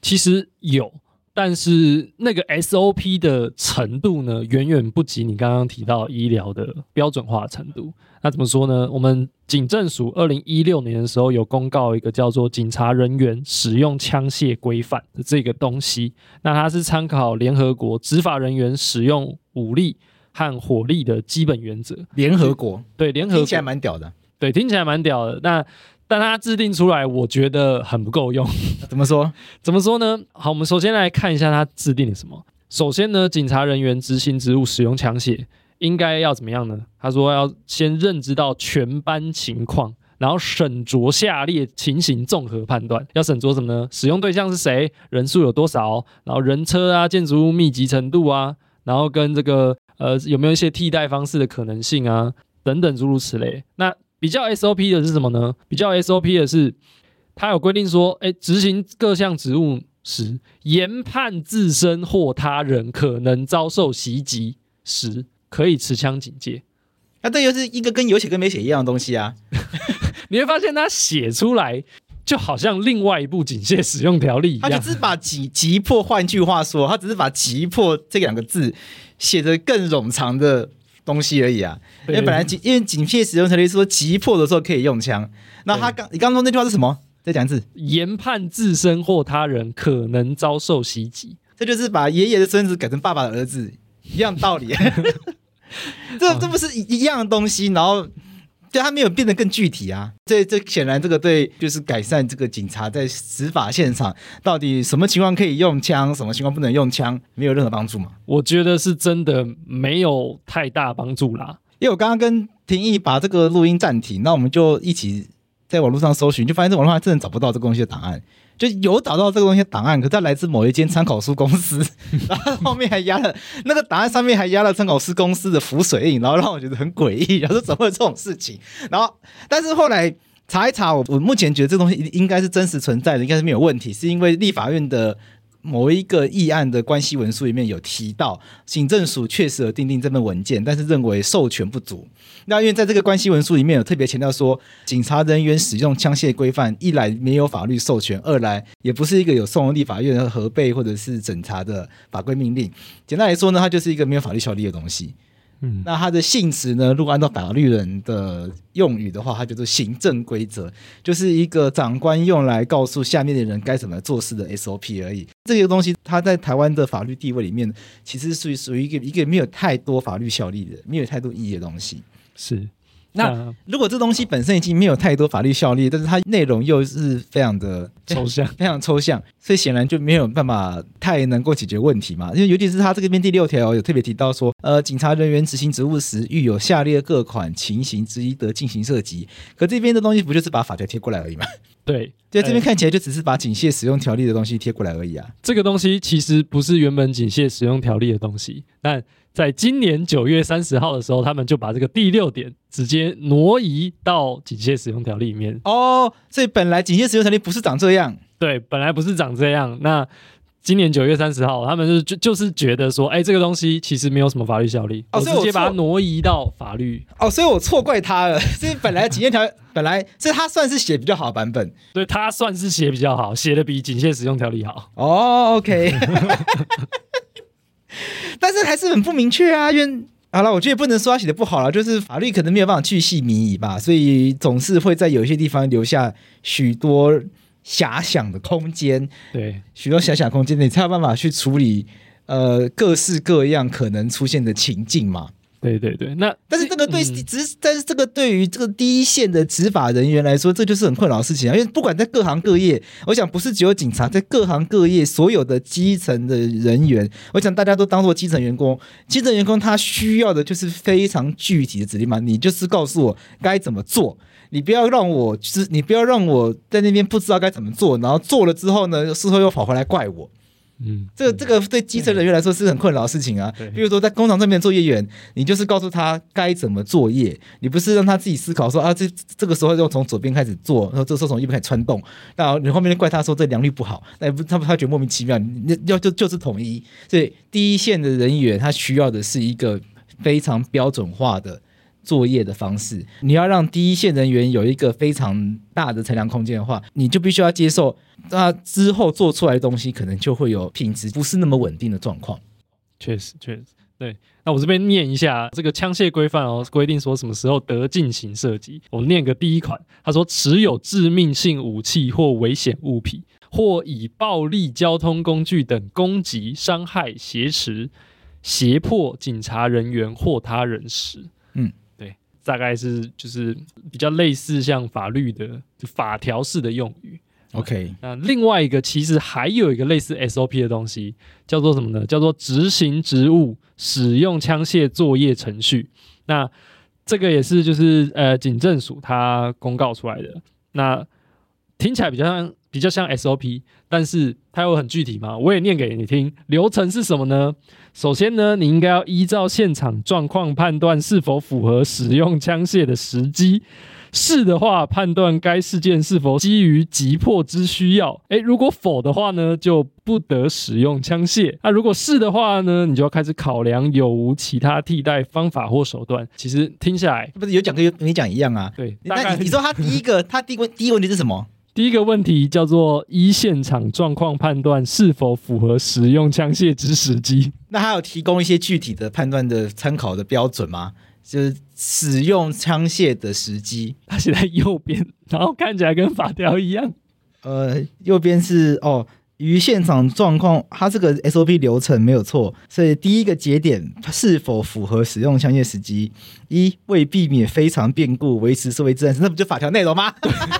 其实有，但是那个 S O P 的程度呢，远远不及你刚刚提到医疗的标准化程度。那怎么说呢？我们警政署二零一六年的时候有公告一个叫做《警察人员使用枪械规范》的这个东西，那它是参考联合国执法人员使用武力和火力的基本原则。 联合国， 对，联合国听起来蛮屌的。 对，听起来蛮屌的。那但它制定出来，我觉得很不够用。 怎么说？ 怎么说呢？好，我们首先来看一下它制定了什么。首先呢，警察人员执行职务使用枪械，应该要怎么样呢？他说要先认知到全班情况，然后审酌下列情形综合判断。要审酌什么呢？使用对象是谁，人数有多少，然后人车啊、建筑物密集程度啊，然后跟这个呃有没有一些替代方式的可能性啊，等等诸如此类。那比较 S O P 的是什么呢？比较 S O P 的是，他有规定说，哎，执行各项职务时，研判自身或他人可能遭受袭击时，可以持枪警戒。 那、啊、这又是一个跟有写跟没写一样的东西啊！ 你会发现他写出来就好像另外一部警械使用条例一样， 他只是把急急迫，换句话说，他只是把急迫这两个字写得更冗长的东西而已啊。因为本来因为警械使用条例说急迫的时候可以用枪，那他刚你刚刚说那句话是什么？再讲一次。 研判自身或他人可能遭受袭击， 这就是把爷爷的孙子改成爸爸的儿子一样道理。这这不是一样的东西，然后对他没有变得更具体啊。这这显然这个对就是改善这个警察在执法现场到底什么情况可以用枪，什么情况不能用枪，没有任何帮助嘛？ 我觉得是真的没有太大帮助啦。 因为我刚刚跟廷义把这个录音暂停，那我们就一起在网络上搜寻，就发现这网络上真的找不到这个东西的档案。就有找到这个东西的档案，可是它来自某一间参考书公司，然后后面还压了那个档案上面还压了参考书公司的浮水印，然后让我觉得很诡异，然后说怎么会有这种事情？然后但是后来查一查，我我目前觉得这东西应该是真实存在的，应该是没有问题，是因为立法院的某一个议案的关系文书里面有提到，警政署确实有订定这份文件，但是认为授权不足。那因为在这个关系文书里面有特别强调说，警察人员使用枪械规范，一来没有法律授权，二来也不是一个有送立法院核备或者是审查的法规命令。简单来说呢，它就是一个没有法律效力的东西。嗯，那它的性质呢，如果按照法律人的用语的话，它就是行政规则，就是一个长官用来告诉下面的人该怎么做事的 S O P 而已。这个东西它在台湾的法律地位里面，其实是属于一个一个没有太多法律效力的、没有太多意义的东西。 是。 那如果这东西本身已经没有太多法律效力，但是它内容又是非常的抽象， 非常抽象，所以显然就没有办法太能够解决问题嘛。因为尤其是它这个边第六条有特别提到说，呃，警察人员执行职务时，遇有下列各款情形之一得进行涉及。可这边的东西不就是把法条贴过来而已吗？ 对， 对，这边看起来就只是把警械使用条例的东西贴过来而已啊。 这个东西其实不是原本警械使用条例的东西，但在今年九月三十号的时候，他们就把这个第六点直接挪移到警械使用条例里面。 哦，所以本来警械使用条例不是长这样。 对，本来不是长这样。那今年九月三十号，他们就就是觉得说，哎，这个东西其实没有什么法律效力，哦、我直接把它挪移到法律。 哦，所以我错怪他了。所以本来警械条本来，所以他算是写比较好的版本。 对，他算是写比较好，写的比警械使用条例好。 哦 ，OK 。但是还是很不明确啊，因为好了，我觉得不能说他写的不好了，就是法律可能没有办法巨细靡遗吧，所以总是会在有一些地方留下许多遐想的空间。 对， 许多遐想空间，你才有办法去处理呃各式各样可能出现的情境嘛。 对对对，那但是这个对，嗯、只是但是这个对于这个第一线的执法人员来说，这就是很困扰的事情啊。因为不管在各行各业，我想不是只有警察，在各行各业所有的基层的人员，我想大家都当做基层员工。基层员工他需要的就是非常具体的指令嘛，你就是告诉我该怎么做，你不要让我就是你不要让我在那边不知道该怎么做，然后做了之后呢，事后又跑回来怪我。嗯，这个这个对基层人员来说是很困扰的事情啊。比如说在工厂这边作业员，你就是告诉他该怎么作业，你不是让他自己思考说啊，这这个时候要从左边开始做，然后这时候从右边开始穿洞，那你后面怪他说这良率不好，那不他他觉得莫名其妙，你要就就是统一。所以第一线的人员他需要的是一个非常标准化的作业的方式。你要让第一线人员有一个非常大的衡量空间的话，你就必须要接受那之后做出来的东西可能就会有品质不是那么稳定的状况。 确实确实，对。那我这边念一下这个枪械规范哦，规定说什么时候得进行射击。我念个第一款，他说持有致命性武器或危险物品，或以暴力交通工具等攻击、伤害、挟持、胁迫警察人员或他人时，嗯，对，大概是就是比较类似像法律的法条式的用语。 OK， 那另外一个其实还有一个类似 S O P 的东西，叫做什么呢？叫做执行职务使用枪械作业程序。那这个也是就是呃警政署它公告出来的。那听起来比较像比较像 S O P， 但是它有很具体吗？我也念给你听。流程是什么呢？首先呢，你应该要依照现场状况判断是否符合使用枪械的时机。是的话，判断该事件是否基于急迫之需要。诶，如果否的话呢，就不得使用枪械。那如果是的话呢，你就要开始考量有无其他替代方法或手段。其实听下来， 不是有讲跟没讲一样啊？ 对， 那 你, 你说他第一个，他第一个第一个问题是什么？ 第一个问题叫做依现场状况判断是否符合使用枪械之时机。 那他有提供一些具体的判断的参考的标准吗？就是使用枪械的时机， 它写在右边，然后看起来跟法条一样。 呃，右边是哦，于现场状况，它这个 S O P 流程没有错，所以第一个节点是否符合使用枪械时机？一，为避免非常变故，维持社会治安，那不就法条内容吗？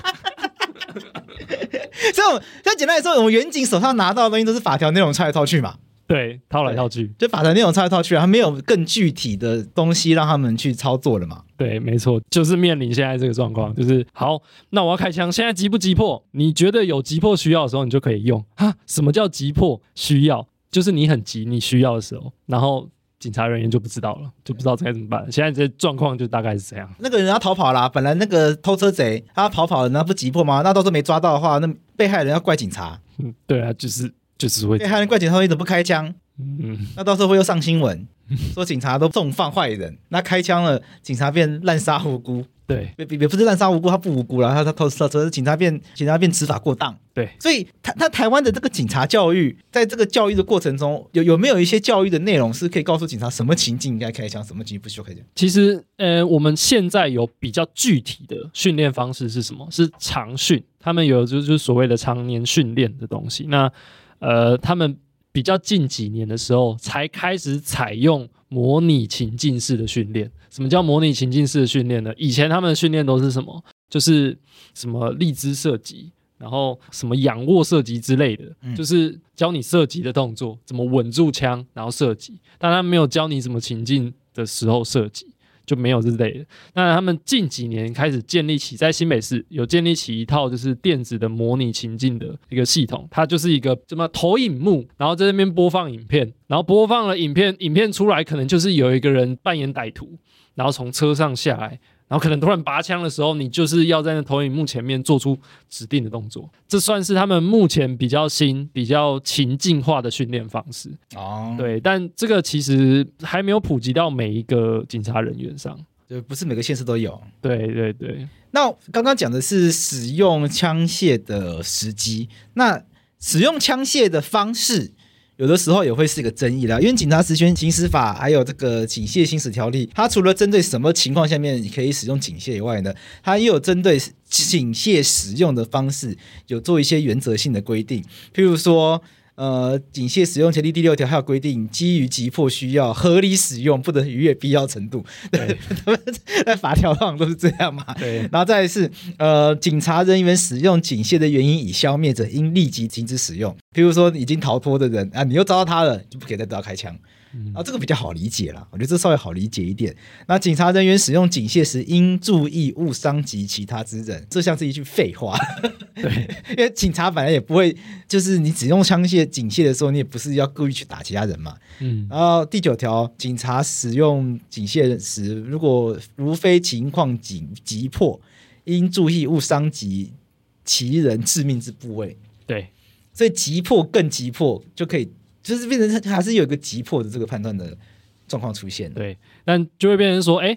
所以，像简单来说，我们远景手上拿到的东西都是法条内容抄来抄去嘛。 对，套来套去， 就法条内容抄来抄去，它没有更具体的东西让他们去操作了嘛？ 对，没错，就是面临现在这个状况，就是好，那我要开枪，现在急不急迫？你觉得有急迫需要的时候，你就可以用。哈，什么叫急迫需要？就是你很急，你需要的时候，然后警察人员就不知道了，就不知道该怎么办。现在这状况就大概是这样。 那个人要逃跑啦，本来那个偷车贼他跑跑了，那不急迫吗？那到时候没抓到的话，那被害人要怪警察。 嗯，对啊，就是就是会被害人怪警察，为什么不开枪？ 嗯， 那到时候会又上新闻，说警察都重放坏人，那开枪了，警察变滥杀无辜。 对， 也也不是滥杀无辜，他不无辜了，他他偷车，警察变警察变执法过当。 对， 所以他他台湾的这个警察教育，在这个教育的过程中，有有没有一些教育的内容是可以告诉警察什么情境应该开枪，什么情境不需要开枪？ 其实，呃，我们现在有比较具体的训练方式是什么？是常训，他们有就是所谓的常年训练的东西。那呃，他们比较近几年的时候才开始采用模拟情境式的训练。什么叫模拟情境式的训练呢？以前他们的训练都是什么？就是什么立姿射击，然后什么仰卧射击之类的，嗯、就是教你射击的动作，怎么稳住枪，然后射击。但他没有教你什么情境的时候射击，就没有这类的。那他们近几年开始建立起，在新北市有建立起一套就是电子的模拟情境的一个系统，它就是一个什么投影幕，然后在那边播放影片，然后播放了影片，影片出来可能就是有一个人扮演歹徒，然后从车上下来，然后可能突然拔枪的时候，你就是要在那投影幕前面做出指定的动作。这算是他们目前比较新、比较情境化的训练方式。哦，对，但这个其实还没有普及到每一个警察人员上， 就不是每个县市都有。 对对对。 那刚刚讲的是使用枪械的时机，那使用枪械的方式，有的时候也会是一个争议啦，因为警察职权行使法还有这个警械行使条例，它除了针对什么情况下面你可以使用警械以外呢，它也有针对警械使用的方式有做一些原则性的规定，譬如说呃，警械使用条例第六条还有规定，基于急迫需要合理使用，不得逾越必要程度。对，在法条上都是这样嘛。对，然后再来是呃，警察人员使用警械的原因已消灭者，应立即停止使用。譬如说已经逃脱的人啊，你又抓到他了，就不可以再对他开枪。啊，这个比较好理解啦，我觉得这稍微好理解一点。那警察人员使用警械时，应注意勿伤及其他之人，这像是一句废话。对，因为警察本来也不会，就是你只用枪械、警械的时候，你也不是要故意去打其他人嘛。嗯。然后第九条，警察使用警械时，如果如非情况急急迫，应注意勿伤及其人致命之部位。 对， 所以急迫更急迫就可以。就是变成还是有一个急迫的这个判断的状况出现。 对，但就会变成说，哎，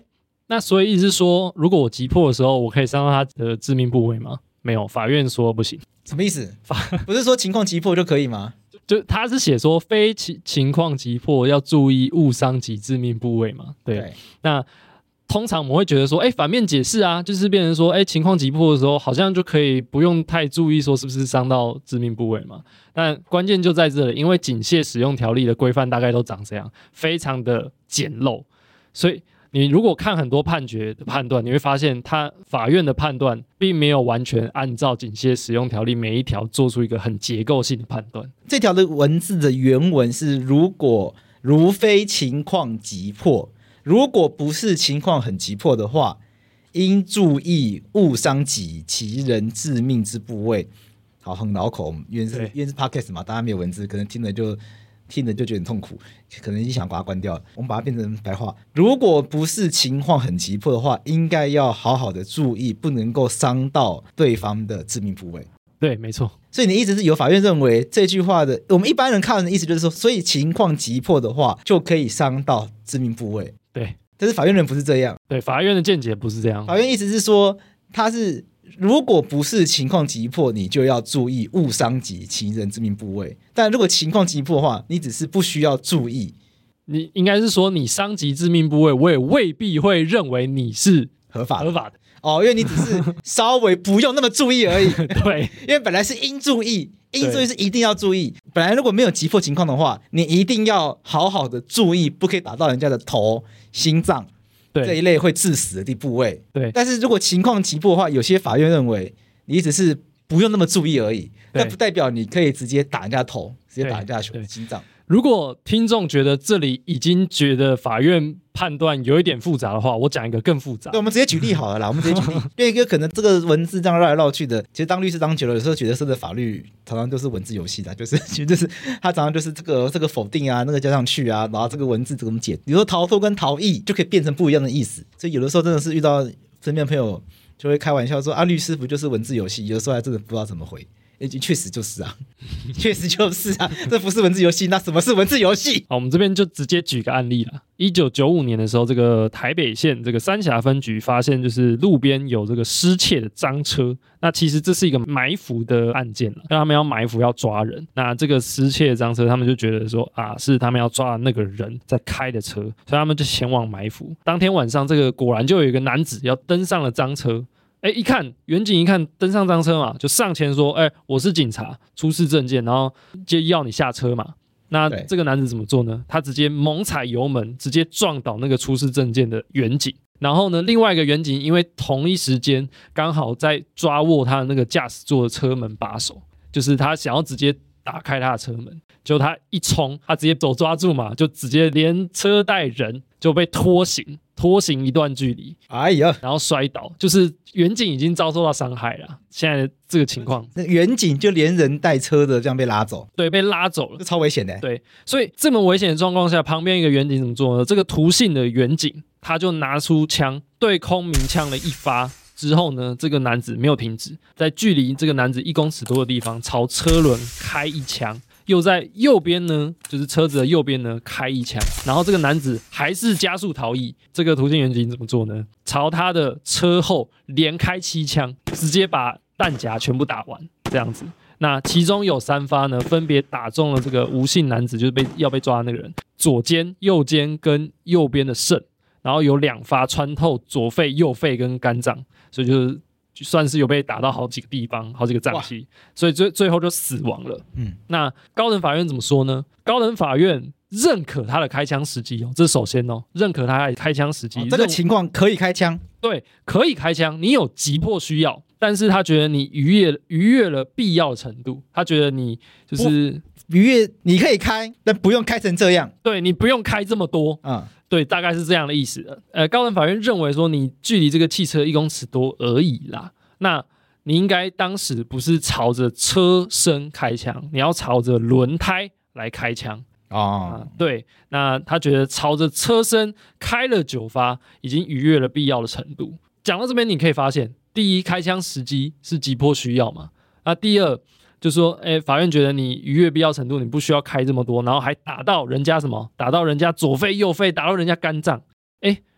那所以意思是说，如果我急迫的时候，我可以伤到他的致命部位吗？没有，法院说不行。 什么意思？不是说情况急迫就可以吗？ 就他是写说非情情况急迫要注意误伤及致命部位嘛？对。对，那通常我们会觉得说，哎，反面解释啊，就是变成说，哎，情况急迫的时候，好像就可以不用太注意说是不是伤到致命部位嘛。但关键就在这里，因为警械使用条例的规范大概都长这样，非常的简陋，所以你如果看很多判决的判断，你会发现他法院的判断并没有完全按照警械使用条例每一条做出一个很结构性的判断。 这条的文字的原文是：如果如非情况急迫，如果不是情况很急迫的话，应注意勿伤及其人致命之部位。好，很绕口，因为是因为是 podcast 嘛，大家没有文字，可能听了就。听了就觉得很痛苦，可能已经想把它关掉了。我们把它变成白话：如果不是情况很急迫的话，应该要好好的注意，不能够伤到对方的致命部位。 对，没错。 所以你的意思是有法院认为这句话的，我们一般人看的意思就是说，所以情况急迫的话，就可以伤到致命部位。 对， 但是法院人不是这样。 对，法院的见解不是这样。 法院意思是说，他是。如果不是情况急迫，你就要注意勿伤及其人致命部位。但如果情况急迫的话，你只是不需要注意。 你应该是说，你伤及致命部位，我也未必会认为你是合法的合法的哦，因为你只是稍微不用那么注意而已。 对， 因为本来是应注意，应注意是一定要注意。本来如果没有急迫情况的话，你一定要好好的注意，不可以打到人家的头、心脏。这一类会致死的部位， 对。 但是如果情况急迫的话，有些法院认为你只是不用那么注意而已，但不代表你可以直接打人家头，直接打人家的心脏。 如果听众觉得这里已经觉得法院判断有一点复杂的话，我讲一个更复杂。 对，我们直接举例好了啦，我们直接举例。因为一个可能这个文字这样绕来绕去的，其实当律师当久了，有时候觉得说的法律常常都是文字游戏的，就是其实就是他常常就是这个这个否定啊，那个加上去啊，然后这个文字怎么解？比如说逃脱跟逃逸就可以变成不一样的意思。所以有的时候真的是遇到身边的朋友就会开玩笑说啊，律师不就是文字游戏？有的时候还真的不知道怎么回。确实就是啊，确实就是啊，这不是文字游戏，那什么是文字游戏？ 好，我们这边就直接举个案例啦。一九九五年的时候，这个台北县这个三峡分局发现，就是路边有这个失窃的赃车。那其实这是一个埋伏的案件了，他们要埋伏要抓人。那这个失窃的赃车，他们就觉得说啊，是他们要抓的那个人在开的车，所以他们就前往埋伏。当天晚上，这个果然就有一个男子要登上了赃车。哎，一看远景一看登上赃车嘛，就上前说：“哎，我是警察，出示证件，然后就要你下车嘛。”那这个男子怎么做呢？他直接猛踩油门，直接撞倒那个出示证件的远景。然后呢，另外一个远景因为同一时间刚好在抓握他的那个驾驶座的车门把手，就是他想要直接打开他的车门，结果他一冲，他直接手抓住嘛，就直接连车带人就被拖行。拖行一段距离， 哎呀， 然后摔倒，就是远景已经遭受到伤害了。现在这个情况， 那远景就连人带车的这样被拉走， 对，被拉走了， 这超危险的。 对，所以这么危险的状况下，旁边一个远景怎么做呢？这个涂姓的远景，他就拿出枪对空鸣枪了一发。之后呢，这个男子没有停止，在距离这个男子一公尺多的地方，朝车轮开一枪。又在右边呢，就是车子的右边呢开一枪，然后这个男子还是加速逃逸。这个途径远景怎么做呢？朝他的车后连开七枪，直接把弹夹全部打完，这样子。那其中有三发呢，分别打中了这个吴姓男子，就是被要被抓的那个人左肩、右肩跟右边的肾，然后有两发穿透左肺、右肺跟肝脏，所以就是。算是有被打到好几个地方，好几个脏器，所以最最后就死亡了。嗯，那高等法院怎么说呢？高等法院认可他的开枪时机哦，这是首先哦，认可他的开枪时机、哦。 这个情况可以开枪， 对，可以开枪，你有急迫需要，但是他觉得你逾越逾越了必要程度，他觉得你就是逾越，你可以开，但不用开成这样。 对，你不用开这么多啊。嗯对，大概是这样的意思。呃，高等法院认为说，你距离这个汽车一公尺多而已啦。那你应该当时不是朝着车身开枪，你要朝着轮胎来开枪哦、啊。对，那他觉得朝着车身开了九发，已经逾越了必要的程度。讲到这边，你可以发现，第一，开枪时机是急迫需要嘛？那第二。就说，哎，法院觉得你逾越必要程度，你不需要开这么多，然后还打到人家什么？打到人家左肺、右肺，打到人家肝脏。哎，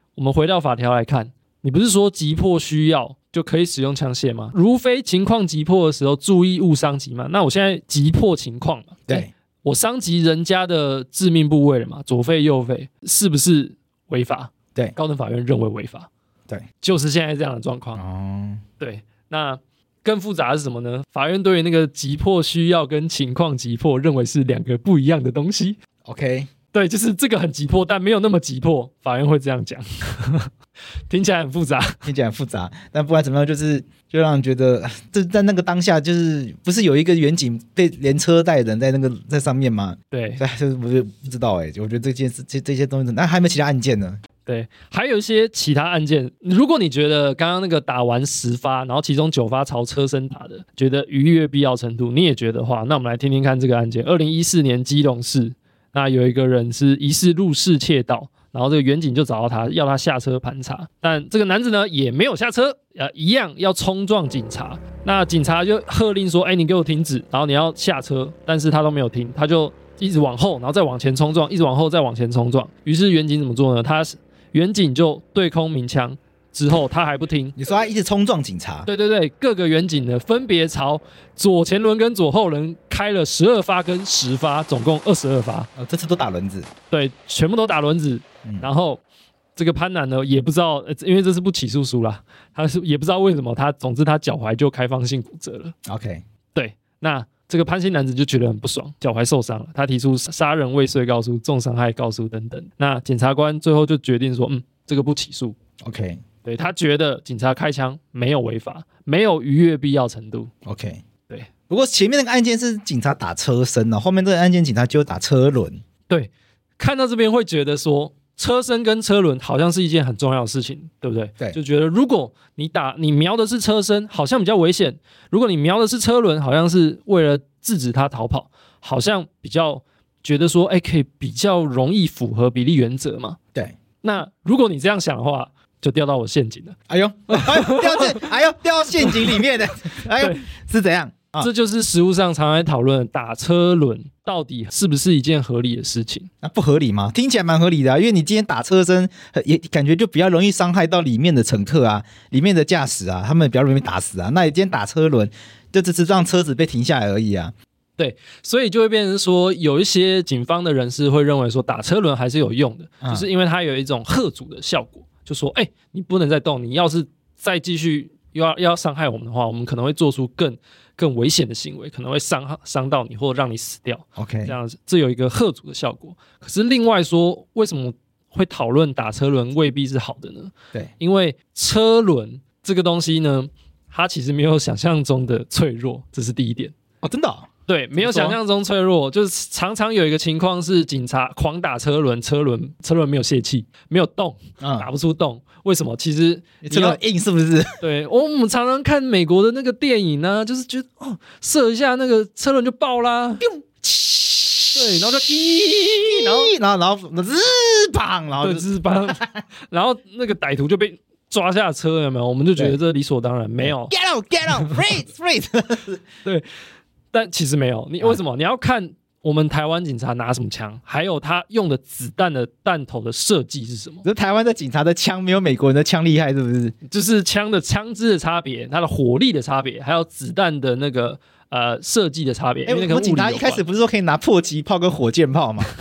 我们回到法条来看，你不是说急迫需要就可以使用枪械吗？如非情况急迫的时候，注意勿伤及嘛。那我现在急迫情况嘛， 对， 我伤及人家的致命部位了嘛，左肺右肺，是不是违法？ 对， 高等法院认为违法。 对， 就是现在这样的状况。 哦， 对，那更复杂的是什么呢？法院对于那个急迫需要跟情况急迫认为是两个不一样的东西。 OK， 对，就是这个很急迫，但没有那么急迫，法院会这样讲。听起来很复杂， 听起来很复杂，但不管怎么样，就是就让人觉得，这在那个当下，就是不是有一个远景被连车带人在那个在上面吗？ 对， 就是我就不知道哎、欸，我觉得这件事这这些东西，那还有没有其他案件呢？ 对，还有一些其他案件，如果你觉得刚刚那个打完十发，然后其中九发朝车身打的，觉得逾越必要程度，你也觉得的话，那我们来听听看这个案件。二零一四年基隆市，那有一个人是疑似入室窃盗，然后这个员警就找到他，要他下车盘查，但这个男子呢也没有下车，呃，一样要冲撞警察。那警察就喝令说：“哎，你给我停止！”然后你要下车，但是他都没有停，他就一直往后，然后再往前冲撞，一直往后再往前冲撞。于是员警怎么做呢？他员警就对空鸣枪，之后他还不听。 你说他一直冲撞警察？ 对对对，各个员警呢分别朝左前轮跟左后轮开了十二发跟十发，总共二十二发。 哦，这次都打轮子？ 对，全部都打轮子。 嗯、 然后这个潘楠呢也不知道，因为这是不起诉书啦，他是也不知道为什么他，总之他脚踝就开放性骨折了。 OK， 对，那这个潘姓男子就觉得很不爽，脚踝受伤了，他提出杀人未遂告诉、重伤害告诉等等。那检察官最后就决定说，嗯，这个不起诉。 OK， 对，他觉得警察开枪没有违法，没有逾越必要程度。 OK， 对。 不过前面那个案件是警察打车身哦，后面这个案件警察就打车轮。 对，看到这边会觉得说，车身跟车轮好像是一件很重要的事情，对不对？ 对， 就觉得如果你打你瞄的是车身，好像比较危险；如果你瞄的是车轮，好像是为了制止他逃跑，好像比较觉得说，哎，可以比较容易符合比例原则嘛。 对， 那如果你这样想的话，就掉到我陷阱了。 哎呦，哎呦掉进，哎呦掉到陷阱里面的，哎呦是怎样？啊、 这就是实务上常来讨论打车轮到底是不是一件合理的事情？ 那不合理吗？听起来蛮合理的、啊，因为你今天打车身，也感觉就比较容易伤害到里面的乘客啊，里面的驾驶啊，他们比较容易打死啊。那你今天打车轮，就只是让车子被停下来而已啊。 对，所以就会变成说，有一些警方的人士会认为说，打车轮还是有用的，嗯、就是因为它有一种吓阻的效果，就说，哎、欸，你不能再动，你要是再继续又要又要伤害我们的话，我们可能会做出更更危险的行为，可能会伤伤到你或让你死掉。 OK， 这样子，这有一个吓阻的效果。可是另外说，为什么会讨论打车轮未必是好的呢？ 对， 因为车轮这个东西呢，它其实没有想象中的脆弱，这是第一点。 哦，真的、哦？ 对，没有想象中脆弱，就是常常有一个情况是警察狂打车轮，车轮车轮没有泄气，没有动，嗯、打不出动。为什么？其实这个硬是不是？ 对，我们常常看美国的那个电影呢、啊，就是觉得哦，射一下那个车轮就爆啦，对，然后就咦，然后然后然后日砰，然后对日砰，然后那个歹徒就被抓下车，有没有？我们就觉得这理所当然，没有 ，get out get out freeze freeze， 对。但其实没有，你为什么？你要看我们台湾警察拿什么枪，还有他用的子弹的弹头的设计是什么？ 这台湾的警察的枪没有美国人的枪厉害，是不是？ 就是枪的枪支的差别，它的火力的差别，还有子弹的那个呃设计的差别。 哎、欸，我们警察一开始不是说可以拿迫击炮跟火箭炮吗？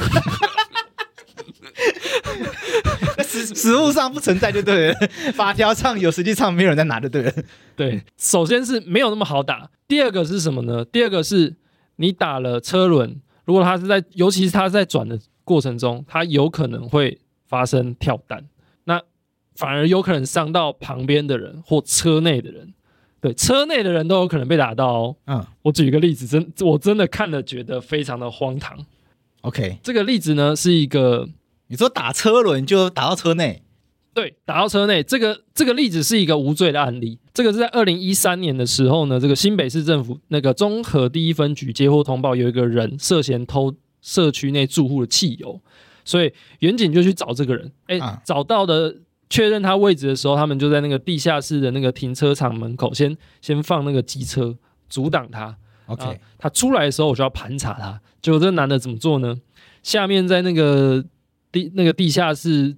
实实物上不存在就对了，法条上有，实际上没有人在拿就对了。 对，首先是没有那么好打，第二个是什么呢？第二个是你打了车轮，如果它是在，尤其是它在转的过程中，它有可能会发生跳弹，那反而有可能伤到旁边的人或车内的人。对，车内的人都有可能被打到哦。嗯，我举一个例子，真我真的看了觉得非常的荒唐。 OK， 这个例子呢是一个。 你说打车轮就打到车内？ 对，打到车内。这个这个例子是一个无罪的案例。这个是在二零一三年的时候呢，这个新北市政府那个中和第一分局接获通报，有一个人涉嫌偷社区内住户的汽油，所以员警就去找这个人。哎、啊，找到的确认他位置的时候，他们就在那个地下室的那个停车场门口先先放那个机车阻挡他。 OK， 他出来的时候我就要盘查他。结果这男的怎么做呢？下面在那个地那个地下室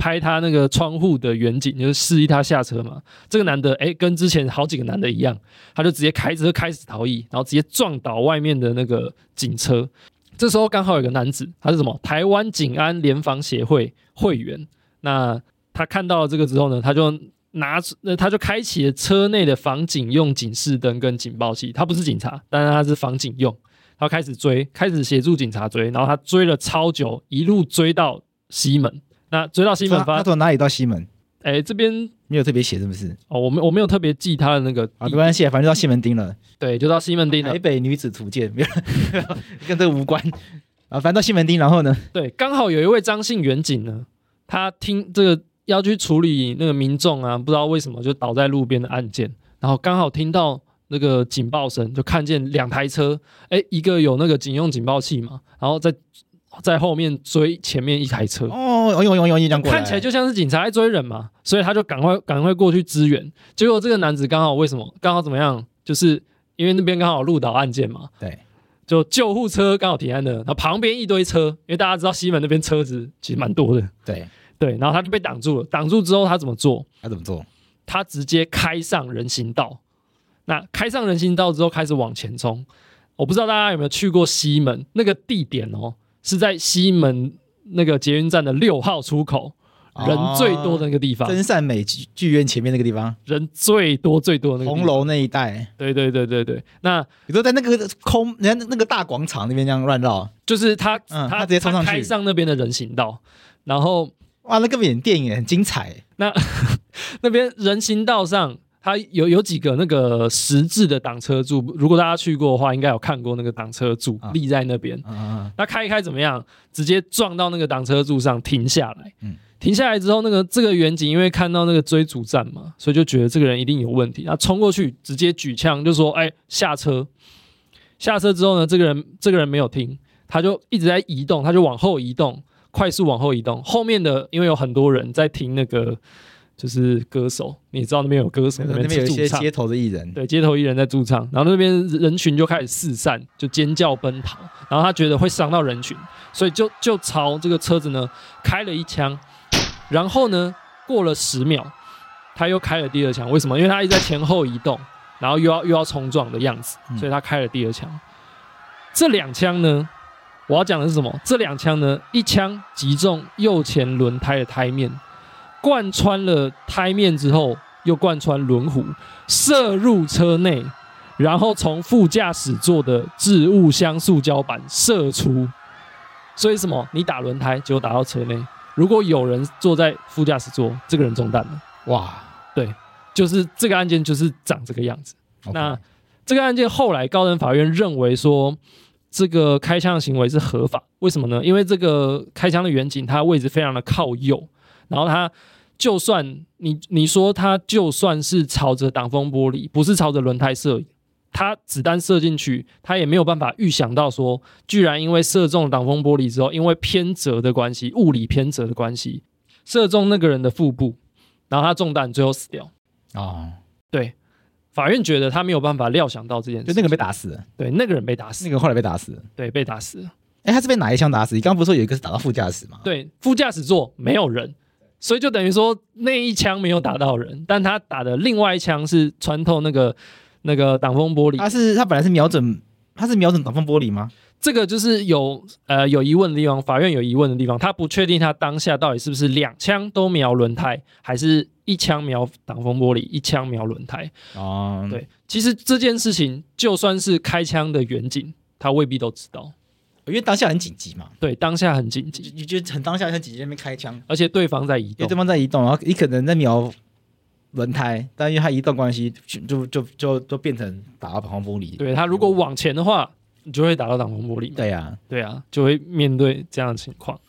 拍他那个窗户的远景，就是示意他下车嘛。这个男的哎，跟之前好几个男的一样，他就直接开车开始逃逸，然后直接撞倒外面的那个警车。这时候刚好有个男子，他是什么？台湾警安联防协会会员。那他看到了这个之后呢，他就拿他就开启了车内的防警用警示灯跟警报器。他不是警察，但是他是防警用。他开始追，开始协助警察追，然后他追了超久，一路追到西门。那追到西门发， 他从哪里到西门？ 哎，这边没有特别写，是不是？ 哦，我没我没有特别记他的那个啊，没关系，反正就到西门町了。 对，就到西门町了。 台北女子图鉴，没有跟这个无关啊，反正到西门町，然后呢？ 对，刚好有一位张姓员警呢，他听这个要去处理那个民众啊，不知道为什么就倒在路边的案件，然后刚好听到那个警报声，就看见两台车，哎，一个有那个警用警报器嘛，然后在在后面追前面一台车。 哦，有有有有有这样过来， 看起来就像是警察在追人嘛，所以他就赶快赶快过去支援。结果这个男子刚好为什么刚好怎么样？就是因为那边刚好路倒案件嘛， 对， 就救护车刚好停在那，然后旁边一堆车，因为大家知道西门那边车子其实蛮多的， 对对，然后他就被挡住了。挡住之后他怎么做？ 他怎么做？ 他直接开上人行道。那开上人行道之后开始往前冲。我不知道大家有没有去过西门那个地点哦，是在西门那个捷运站的六号出口，人最多的那个地方， 真善美剧院前面那个地方， 人最多最多的那个地方， 红楼那一带。 对对对对对，那你说在那个空，人家那个大广场那边这样乱绕， 就是他、 嗯、 他他直接冲上去， 开上那边的人行道，然后哇，那个演电影很精彩。 那那边人行道上。它有有几个那个十字的挡车柱，如果大家去过的话，应该有看过那个挡车柱、啊、立在那边。那、啊啊、开一开怎么样？直接撞到那个挡车柱上，停下来。嗯、停下来之后，那个这个员警因为看到那个追逐战嘛，所以就觉得这个人一定有问题，他冲过去直接举枪就说：“哎、欸，下车！”下车之后呢，这个人这个人没有听，他就一直在移动，他就往后移动，快速往后移动。后面的因为有很多人在听那个。就是歌手，你知道那边有歌手， 那边有一些街头的艺人， 对，街头艺人在驻唱，然后那边人群就开始四散，就尖叫奔逃，然后他觉得会伤到人群，所以就就朝这个车子呢开了一枪，然后呢过了十秒，他又开了第二枪，为什么？因为他一直在前后移动，然后又要又要冲撞的样子，所以他开了第二枪。嗯、这两枪呢，我要讲的是什么？这两枪呢，一枪击中右前轮胎的胎面。贯穿了胎面之后，又贯穿轮毂，射入车内，然后从副驾驶座的置物箱塑胶板射出。所以什么？你打轮胎，结果打到车内。如果有人坐在副驾驶座，这个人中弹了。 哇， 对，就是这个案件就是长这个样子。 Okay. 那这个案件后来高等法院认为说，这个开枪的行为是合法。为什么呢？因为这个开枪的员警他位置非常的靠右。然后他就算你你说他就算是朝着挡风玻璃，不是朝着轮胎射，他子弹射进去，他也没有办法预想到说，居然因为射中了挡风玻璃之后，因为偏折的关系，物理偏折的关系，射中那个人的腹部，然后他中弹，最后死掉。 哦， 对，法院觉得他没有办法料想到这件事， 就那个被打死了。 对，那个人被打死， 那个后来被打死了。 对，被打死了。 哎，他是被哪一枪打死？你刚刚不是说有一个是打到副驾驶吗？ 对，副驾驶座没有人。所以就等于说那一枪没有打到人，但他打的另外一枪是穿透那个那个挡风玻璃。 他是他本来是瞄准，他是瞄准挡风玻璃吗？ 这个就是有呃有疑问的地方，法院有疑问的地方，他不确定他当下到底是不是两枪都瞄轮胎，还是一枪瞄挡风玻璃，一枪瞄轮胎。哦，对，其实这件事情就算是开枪的员警，他未必都知道。 因为当下很紧急嘛， 对，当下很紧急， 你觉得很当下很紧急，那边开枪， 而且对方在移动， 对方在移动，然后你可能在瞄轮胎，但因为他移动关系，就就就就变成打到挡风玻璃。 对他如果往前的话，你就会打到挡风玻璃。 对呀、啊， 对啊，就会面对这样的情况。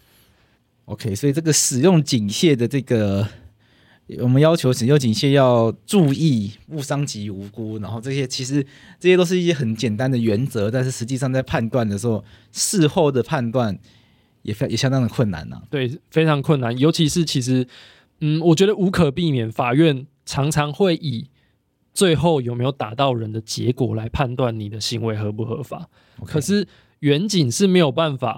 OK， 所以这个使用警械的这个。我们要求使用警械要注意勿伤及无辜，然后这些其实这些都是一些很简单的原则，但是实际上在判断的时候，事后的判断也也相当的困难、啊、 对，非常困难，尤其是其实，嗯，我觉得无可避免，法院常常会以最后有没有打到人的结果来判断你的行为合不合法。Okay. 可是远景是没有办法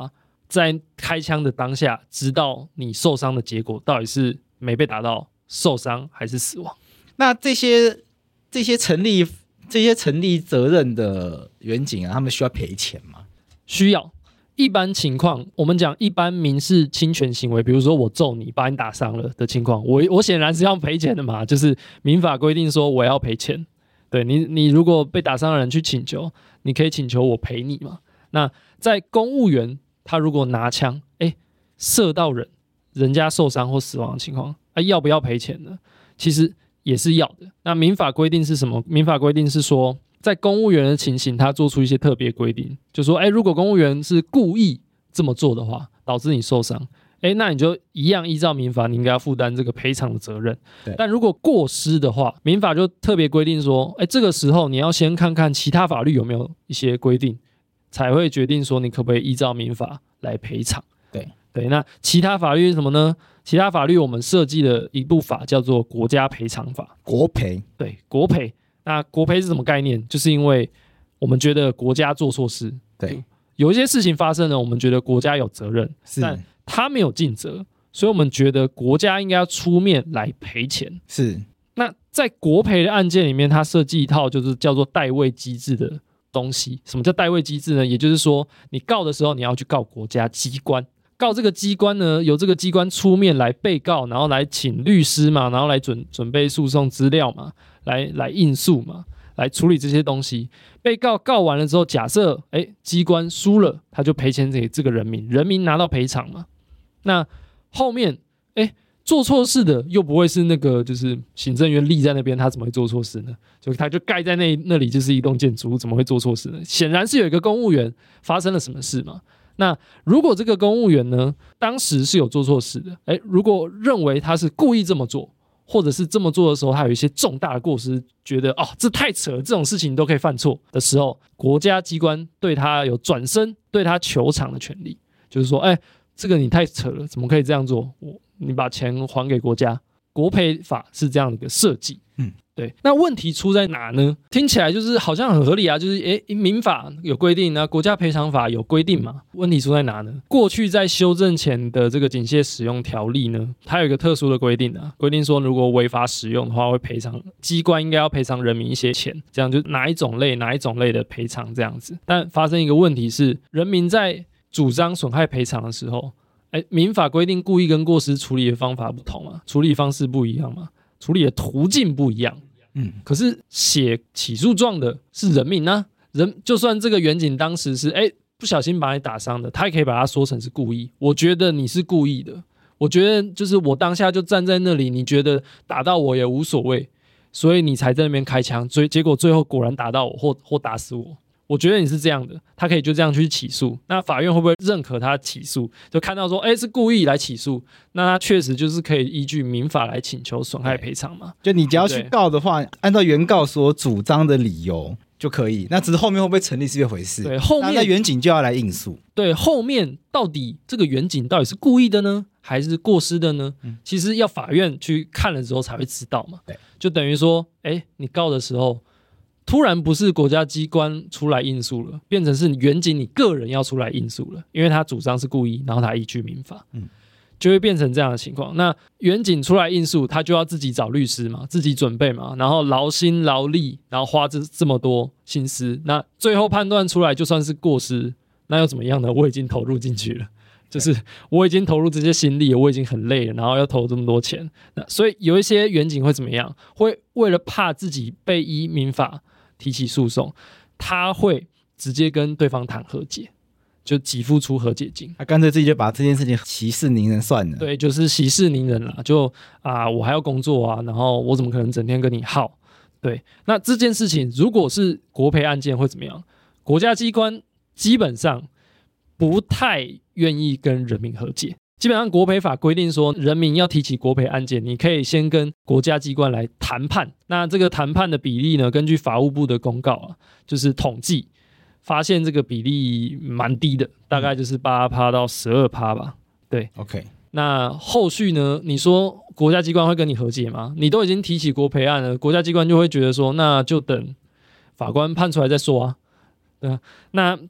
在开枪的当下知道你受伤的结果到底是没被打到受伤还是死亡。 那这些这些成立这些成立责任的员警啊，他们需要赔钱吗？ 需要。一般情况，我们讲一般民事侵权行为，比如说我揍你，把你打伤了的情况，我我显然是要赔钱的嘛，就是民法规定说我要赔钱。对你，你如果被打伤的人去请求，你可以请求我赔你嘛。那在公务员，他如果拿枪，哎，射到人，人家受伤或死亡的情况，啊，要不要赔钱呢？其实也是要的。那民法规定是什么？民法规定是说，在公务员的情形，他做出一些特别规定，就说，哎，如果公务员是故意这么做的话，导致你受伤，哎，那你就一样依照民法，你应该要负担这个赔偿的责任。但如果过失的话，民法就特别规定说，哎，这个时候你要先看看其他法律有没有一些规定，才会决定说你可不可以依照民法来赔偿。 对对，那其他法律是什么呢？其他法律我们设计了一部法叫做国家赔偿法， 国赔。对， 国赔。那国赔是什么概念？就是因为我们觉得国家做错事， 对， 有一些事情发生了，我们觉得国家有责任，但他没有尽责，所以我们觉得国家应该要出面来赔钱。 是。 那在国赔的案件里面，它设计一套就是叫做代位机制的东西。什么叫代位机制呢？也就是说，你告的时候，你要去告国家机关。告这个机关呢，由这个机关出面来被告，然后来请律师嘛，然后来准准备诉讼资料嘛，来来应诉嘛，来处理这些东西。被告告完了之后，假设哎机关输了，他就赔钱给这个人民，人民拿到赔偿嘛。那后面哎做错事的又不会是那个就是行政院立在那边，他怎么会做错事呢？就他就盖在那那里就是一栋建筑物，怎么会做错事呢？显然是有一个公务员发生了什么事嘛。那如果这个公务员呢，当时是有做错事的，诶，如果认为他是故意这么做，或者是这么做的时候他有一些重大的过失，觉得哦这太扯了，这种事情都可以犯错的时候，国家机关对他有转身对他求偿的权利，就是说，诶，这个你太扯了，怎么可以这样做？我你把钱还给国家。国赔法是这样的一个设计。嗯，对。那问题出在哪呢？听起来就是好像很合理啊，就是诶，民法有规定，那国家赔偿法有规定嘛？问题出在哪呢？过去在修正前的这个警械使用条例呢，它有一个特殊的规定啊，规定说如果违法使用的话，会赔偿机关应该要赔偿人民一些钱，这样就哪一种类哪一种类的赔偿这样子。但发生一个问题是，人民在主张损害赔偿的时候，哎，民法规定故意跟过失处理的方法不同嘛，处理方式不一样嘛，处理的途径不一样。嗯，可是写起诉状的是人民啊，人就算这个员警当时是哎不小心把你打伤的，他也可以把它说成是故意。我觉得你是故意的，我觉得就是我当下就站在那里，你觉得打到我也无所谓，所以你才在那边开枪，所以结果最后果然打到我或或打死我。我觉得你是这样的，他可以就这样去起诉。那法院会不会认可他起诉？就看到说，哎，是故意来起诉，那他确实就是可以依据民法来请求损害赔偿嘛？ 就你只要去告的话，按照原告所主张的理由就可以。那只是后面会不会成立是一回事。 对，后面那原警就要来应诉。 对，后面到底这个原警到底是故意的呢，还是过失的呢？嗯、其实要法院去看了之后才会知道嘛。对，就等于说，哎，你告的时候。突然不是国家机关出来应诉了，变成是原警你个人要出来应诉了，因为他主张是故意，然后他依据民法，嗯，就会变成这样的情况。那原警出来应诉，他就要自己找律师嘛，自己准备嘛，然后劳心劳力，然后花这这么多心思，那最后判断出来就算是过失，那又怎么样呢？我已经投入进去了。就是我已经投入这些心力，我已经很累了，然后要投这么多钱，那所以有一些员警会怎么样？会为了怕自己被依民法提起诉讼，他会直接跟对方谈和解，就给付出和解金。 他干脆自己就把这件事情息事宁人算了。 对，就是息事宁人啦。就啊，我还要工作啊，然后我怎么可能整天跟你耗？对，那这件事情如果是国赔案件会怎么样？国家机关基本上不太愿意跟人民和解。基本上国赔法规定说，人民要提起国赔案件，你可以先跟国家机关来谈判。那这个谈判的比例呢，根据法务部的公告啊，就是统计发现这个比例蛮低的，大概就是八趴到十二趴吧。对 ，OK。 那后续呢？你说国家机关会跟你和解吗？你都已经提起国赔案了，国家机关就会觉得说，那就等法官判出来再说啊。对啊，那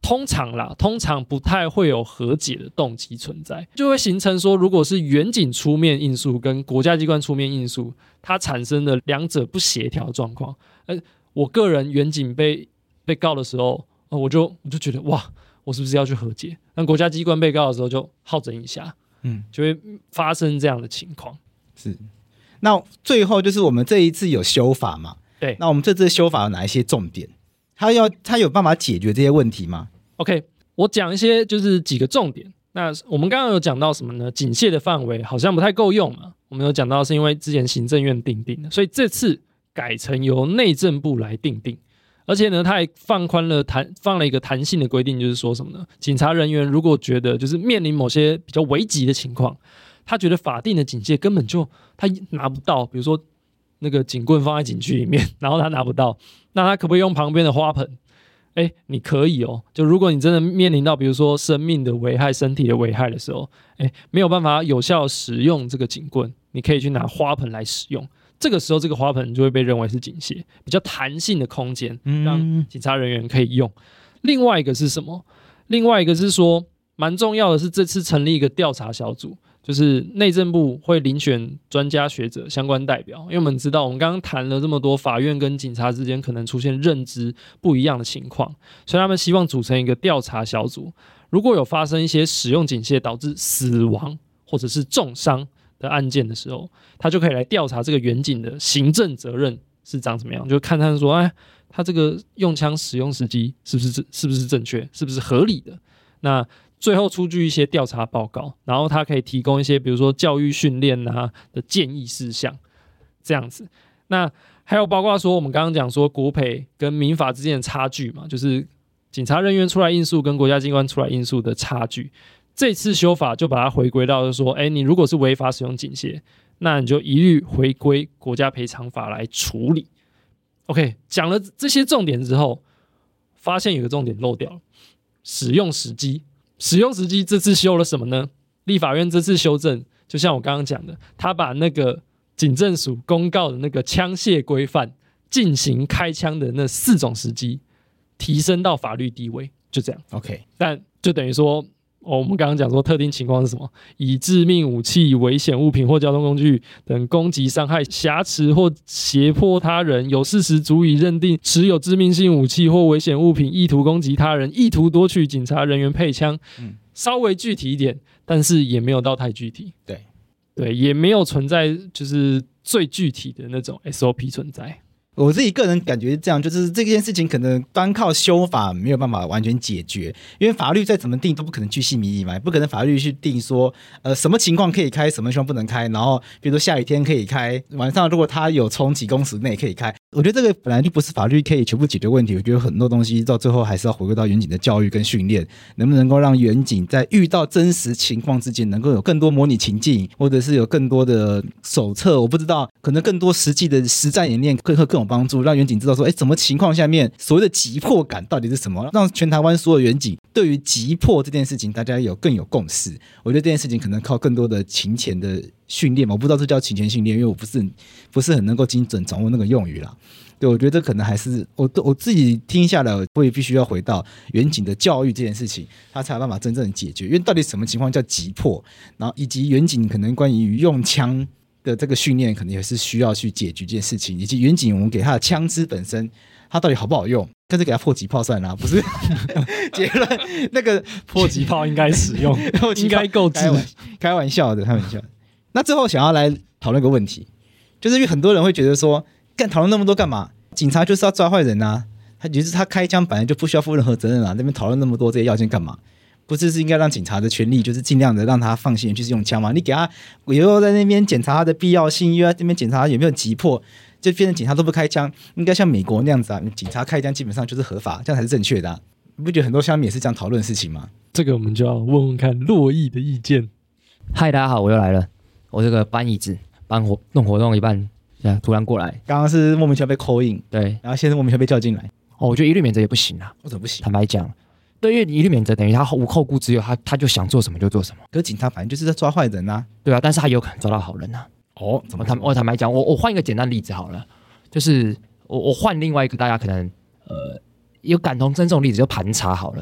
通常啦，通常不太会有和解的动机存在，就会形成说，如果是远景出面因素跟国家机关出面因素，它产生的两者不协调状况。呃，我个人远景被被告的时候，呃、我就我就觉得哇，我是不是要去和解？但国家机关被告的时候就好整一下，嗯，就会发生这样的情况。 是，那最后就是我们这一次有修法嘛？ 对， 那我们这次修法有哪一些重点？他要他有办法解决这些问题吗 ？OK， 我讲一些就是几个重点。那我们刚刚有讲到什么呢？警械的范围好像不太够用嘛。我们有讲到是因为之前行政院订定的，所以这次改成由内政部来订定。而且呢，他还放宽了弹放了一个弹性的规定，就是说什么呢？警察人员如果觉得就是面临某些比较危急的情况，他觉得法定的警械根本就他拿不到，比如说那个警棍放在警区里面，然后他拿不到，那他可不可以用旁边的花盆？哎，你可以哦。就如果你真的面临到比如说生命的危害、身体的危害的时候，哎，没有办法有效使用这个警棍，你可以去拿花盆来使用。这个时候，这个花盆就会被认为是警械，比较弹性的空间，让警察人员可以用。嗯、另外一个是什么？另外一个是说，蛮重要的是，这次成立一个调查小组，就是内政部会遴选专家学者、相关代表，因为我们知道，我们刚刚谈了这么多，法院跟警察之间可能出现认知不一样的情况，所以他们希望组成一个调查小组，如果有发生一些使用警械导致死亡或者是重伤的案件的时候，他就可以来调查这个远警的行政责任是长什么样，就看看说，哎，他这个用枪使用时机是不是是不是正确，是不是合理的？那最后出具一些调查报告，然后他可以提供一些比如说教育训练啊的建议事项，这样子。那还有包括说我们刚刚讲说国赔跟民法之间的差距嘛，就是警察人员出来应诉跟国家机关出来应诉的差距。这次修法就把它回归到就是说，哎，你如果是违法使用警械，那你就一律回归国家赔偿法来处理。OK， 讲了这些重点之后，发现有个重点漏掉了，使用时机。使用时机这次修了什么呢？立法院这次修正，就像我刚刚讲的，他把那个警政署公告的那个枪械规范进行开枪的那四种时机提升到法律地位，就这样。 OK， 但就等于说，哦、我们刚刚讲说特定情况是什么？以致命武器、危险物品或交通工具等攻击、伤害、挟持或胁迫他人，有事实足以认定持有致命性武器或危险物品，意图攻击他人，意图夺取警察人员配枪。嗯，稍微具体一点，但是也没有到太具体。 对， 对，也没有存在就是最具体的那种 S O P 存在。 我自己个人感觉是这样，就是这件事情可能单靠修法没有办法完全解决，因为法律再怎么定都不可能巨细靡遗嘛，不可能法律去定说，呃，什么情况可以开，什么情况不能开，然后比如说下雨天可以开，晚上如果它有冲几公尺内可以开。我觉得这个本来就不是法律可以全部解决问题，我觉得很多东西到最后还是要回归到远警的教育跟训练，能不能够让远警在遇到真实情况之间能够有更多模拟情境，或者是有更多的手册，我不知道，可能更多实际的实战演练更更有帮助，让远警知道说，哎，什么情况下面所谓的急迫感到底是什么，让全台湾所有远警对于急迫这件事情大家有更有共识。我觉得这件事情可能靠更多的勤前的训练嘛，我不知道这叫勤前训练，因为我不是不是很能够精准掌握那个用语啦。对，我觉得可能还是我我自己听下来，我也必须要回到远警的教育这件事情，他才有办法真正的解决。因为到底什么情况叫急迫，然后以及远警可能关于用枪的这个训练，可能也是需要去解决这件事情，以及远警我们给他的枪支本身，它到底好不好用？干脆给他迫击炮算了，不是结论那个迫击炮应该使用，应该够智。 开玩笑的，开玩笑的。那最后想要来讨论一个问题，就是因为很多人会觉得说，干讨论那么多干嘛？警察就是要抓坏人啊，他就是他开枪本来就不需要负任何责任啊，那边讨论那么多这些要件干嘛？不是是应该让警察的权利就是尽量的让他放心去用枪吗？你给他又在那边检查他的必要性，又在那边检查他有没有急迫，就变成警察都不开枪，应该像美国那样子啊，警察开枪基本上就是合法，这样才是正确的啊。你不觉得很多乡民也是这样讨论的事情吗？ 这个我们就要问问看洛毅的意见。 嗨，大家好，我又来了。我这个搬椅子，搬活弄活动一半，突然过来。 刚刚是莫名其妙被 call in， 对， 然后现在莫名其妙被叫进来。 哦，我觉得一律免责也不行啊。 为什么不行？ 坦白讲，对，因为一律免责等于他无后顾之忧，他他就想做什么就做什么。 可是警察反正就是在抓坏人啊。 对啊，但是他有可能抓到好人啊。 哦，怎么坦我坦白讲，我我换一个简单例子好了，就是我我换另外一个大家可能呃有感同身受的例子，就盘查好了。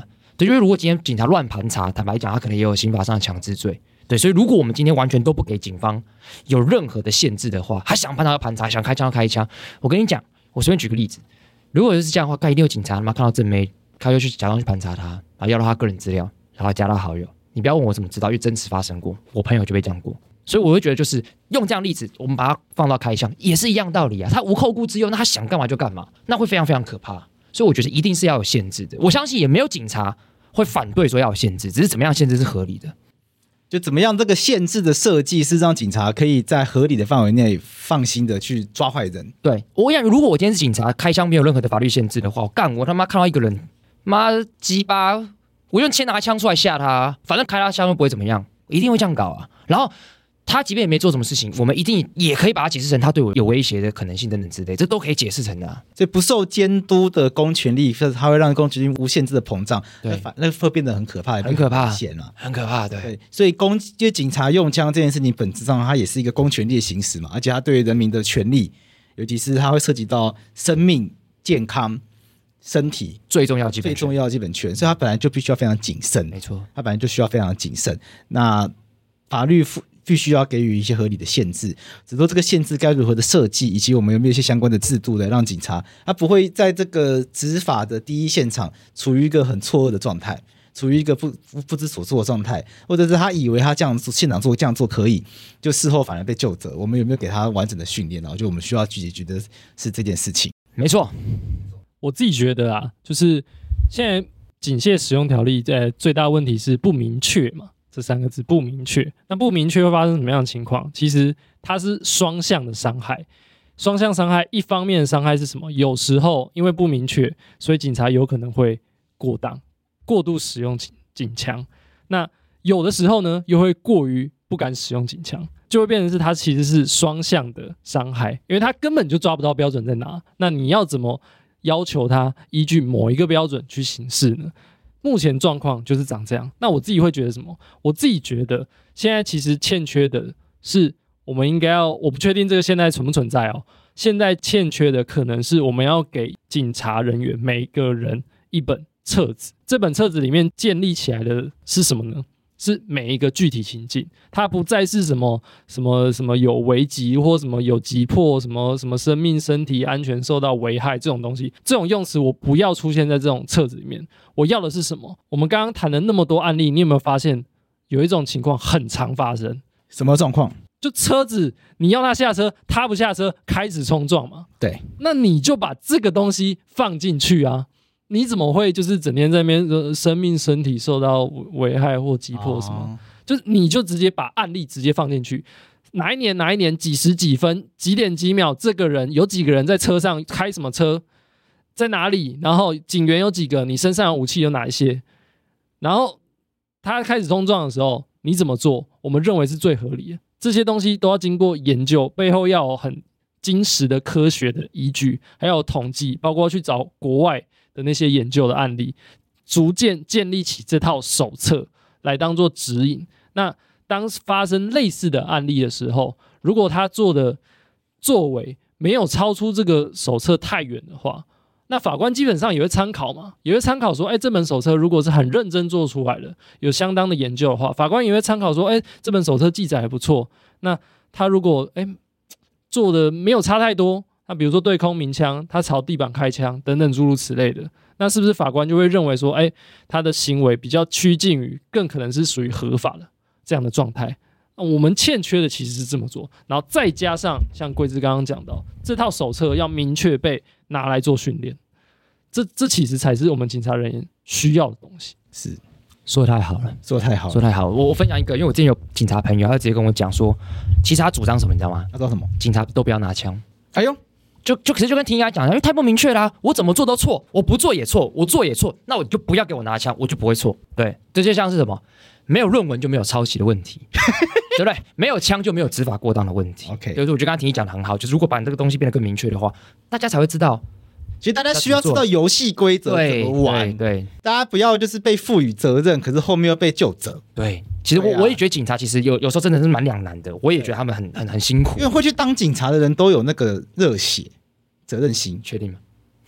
对，因为如果今天警察乱盘查，坦白讲，他可能也有刑法上的强制罪。对，所以如果我们今天完全都不给警方有任何的限制的话，他想盘查要盘查，想开枪要开枪。我跟你讲，我随便举个例子，如果是这样的话，该一定有警察他妈看到正妹，他就去假装去盘查他，然后要到他个人资料，然后加他好友。你不要问我怎么知道，因为真实发生过，我朋友就被这样过。所以我会觉得，就是用这样的例子，我们把它放到开枪，也是一样道理啊。他无后顾之忧，那他想干嘛就干嘛，那会非常非常可怕。所以我觉得一定是要有限制的。我相信也没有警察会反对说要有限制，只是怎么样限制是合理的。 就怎么样这个限制的设计是让警察可以在合理的范围内放心的去抓坏人。 对，我想如果我今天是警察，开枪没有任何的法律限制的话，我干我他妈看到一个人，妈鸡巴，我就先拿枪出来吓他，反正开他枪又不会怎么样，一定会这样搞啊。然后他即便也没做什么事情，我们一定也可以把他解释成他对我有威胁的可能性等等之类，这都可以解释成的、啊。 所以不受监督的公权力，它会让公权力无限制的膨胀， 对， 那会变得很可怕， 很可怕， 很险啊， 很可怕。对， 对，所以公就警察用枪这件事情，本质上它也是一个公权力的行使嘛，而且它对人民的权利，尤其是它会涉及到生命、健康、身体最重要的基本最重要的基本权，所以它本来就必须要非常谨慎。 没错， 它本来就需要非常谨慎。那法律必须要给予一些合理的限制，只是说这个限制该如何的设计，以及我们有没有一些相关的制度来让警察他不会在这个执法的第一现场处于一个很错愕的状态，处于一个 不, 不, 不知所措的状态，或者是他以为他这样现场做这样做可以，就事后反而被究责。我们有没有给他完整的训练？然后就我们需要去解决的是这件事情。 没错， 我自己觉得啊，就是现在警械使用条例在最大问题是不明确嘛。这三个字不明确，那不明确会发生什么样的情况？其实它是双向的伤害，双向伤害，一方面的伤害是什么？有时候因为不明确，所以警察有可能会过当、过度使用警枪。那有的时候呢，又会过于不敢使用警枪，就会变成是它其实是双向的伤害，因为它根本就抓不到标准在哪。那你要怎么要求它依据某一个标准去行事呢？目前状况就是长这样。那我自己会觉得什么？我自己觉得现在其实欠缺的是，我们应该要，我不确定这个现在存不存在哦。现在欠缺的可能是我们要给警察人员每个人一本册子，这本册子里面建立起来的是什么呢？是每一个具体情境，它不再是什么什么什么有危急或什么有急迫，什么什么生命身体安全受到危害这种东西，这种用词我不要出现在这种册子里面。我要的是什么？我们刚刚谈了那么多案例，你有没有发现有一种情况很常发生？ 什么状况？ 就车子你要他下车，他不下车，开始冲撞嘛。 对， 那你就把这个东西放进去啊。你怎么会就是整天在那边、呃、生命身体受到危害或急迫什么、哦、就是你就直接把案例直接放进去，哪一年哪一年几时几分几点几秒，这个人有几个人在车上，开什么车，在哪里，然后警员有几个，你身上有武器有哪一些，然后他开始冲撞的时候你怎么做，我们认为是最合理的。这些东西都要经过研究，背后要有很精实的科学的依据，还有统计，包括去找国外的那些研究的案例，逐渐建立起这套手册来当做指引。那当发生类似的案例的时候，如果他做的作为没有超出这个手册太远的话，那法官基本上也会参考嘛，也会参考说，哎，这本手册如果是很认真做出来的，有相当的研究的话，法官也会参考说，哎，这本手册记载还不错，那他如果哎做的没有差太多，那比如说对空鸣枪，他朝地板开枪等等诸如此类的，那是不是法官就会认为说，哎，他的行为比较趋近于，更可能是属于合法的这样的状态？我们欠缺的其实是这么做，然后再加上像桂枝刚刚讲到，这套手册要明确被拿来做训练，这这其实才是我们警察人员需要的东西。 是， 说得太好了， 说得太好了， 说得太好了。我我分享一个，因为我之前有警察朋友，他直接跟我讲说，其实他主张什么，你知道吗？ 他说什么？ 警察都不要拿枪。 哎呦， 就就可是就跟婷雅讲，因为太不明确啦、啊，我怎么做都错，我不做也错，我做也错，那我就不要给我拿枪，我就不会错。对，这就像是什么？没有论文就没有抄袭的问题，对不对？没有枪就没有执法过当的问题。 OK， 就是我觉得刚刚婷宜讲的很好，就是如果把你这个东西变得更明确的话，大家才会知道。 其实大家需要知道游戏规则怎么玩， 对，对， 大家不要就是被赋予责任，可是后面又被究责。 对，其实我、啊、我也觉得警察其实有有时候真的是蛮两难的，我也觉得他们很很很辛苦， 因为会去当警察的人都有那个热血、责任心， 确定吗？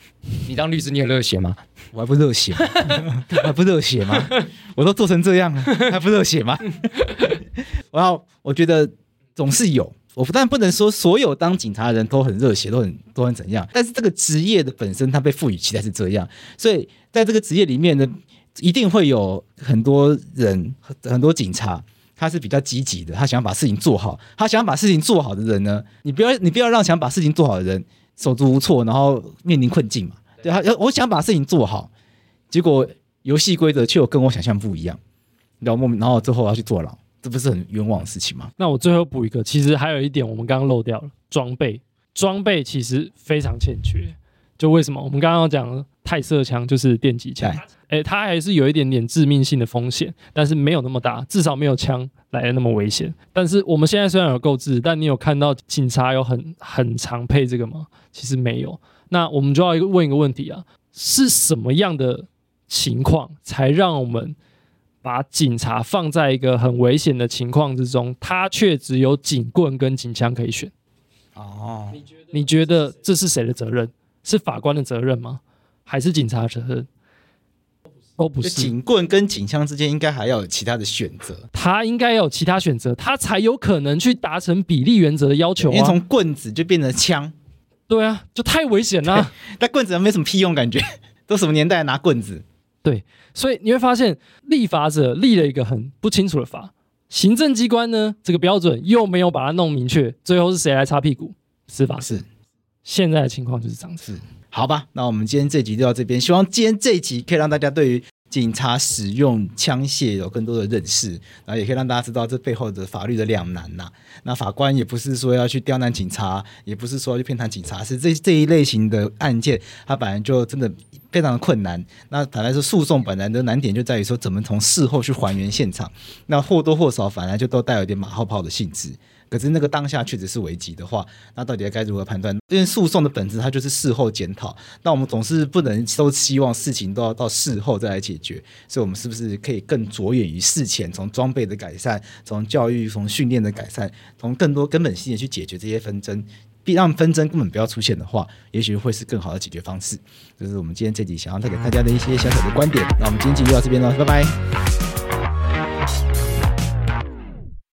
你当律师你很热血吗？ 我还不热血吗？我还不热血吗？我都做成这样了，还不热血吗？然后我觉得总是有，我当然不能说所有当警察的人都很热血，都很都很怎样，但是这个职业的本身它被赋予期待是这样，所以在这个职业里面呢，一定会有很多人，很多警察。他是比较积极的，他想要把事情做好。他想要把事情做好的人呢，你不要你不要让想把事情做好的人手足无措，然后面临困境嘛。对啊，我想把事情做好，结果游戏规则却有跟我想象不一样，然后然后最后我要去坐牢，这不是很冤枉的事情吗？ 那我最后补一个，其实还有一点我们刚刚漏掉了，装备，装备其实非常欠缺。就为什么我们刚刚讲钛射枪就是电击枪？哎，它还是有一点点致命性的风险，但是没有那么大，至少没有枪来的那么危险。但是我们现在虽然有购置，但你有看到警察有很很常配这个吗？其实没有。那我们就要问一个问题啊，是什么样的情况才让我们把警察放在一个很危险的情况之中，他却只有警棍跟警枪可以选？哦，你觉得这是谁的责任？是法官的责任吗？还是警察的责任？都不是。 警棍跟警枪之间应该还要有其他的选择， 他应该要有其他选择，他才有可能去达成比例原则的要求啊。 因为从棍子就变成枪， 对啊，就太危险了。 但棍子没什么屁用，感觉都什么年代拿棍子？ 对，所以你会发现立法者立了一个很不清楚的法，行政机关呢这个标准又没有把它弄明确，最后是谁来擦屁股？司法是。现在的情况就是这样子。 好吧，那我们今天这集就到这边，希望今天这一集可以让大家对于警察使用枪械有更多的认识，然后也可以让大家知道这背后的法律的两难呐、啊。那法官也不是说要去刁难警察，也不是说要去偏袒警察，是这这一类型的案件，它本来就真的非常的困难。那本来说诉讼本来的难点就在于说怎么从事后去还原现场，那或多或少反而就都带有一点马后炮的性质。可是那个当下确实是危急的话，那到底该如何判断？因为诉讼的本质它就是事后检讨，那我们总是不能都希望事情都要到事后再来解决，所以我们是不是可以更着眼于事前，从装备的改善，从教育、从训练的改善，从更多根本性的去解决这些纷争，让纷争根本不要出现的话，也许会是更好的解决方式。这是我们今天这集想要带给大家的一些小小的观点。那我们今天就到这边了，拜拜。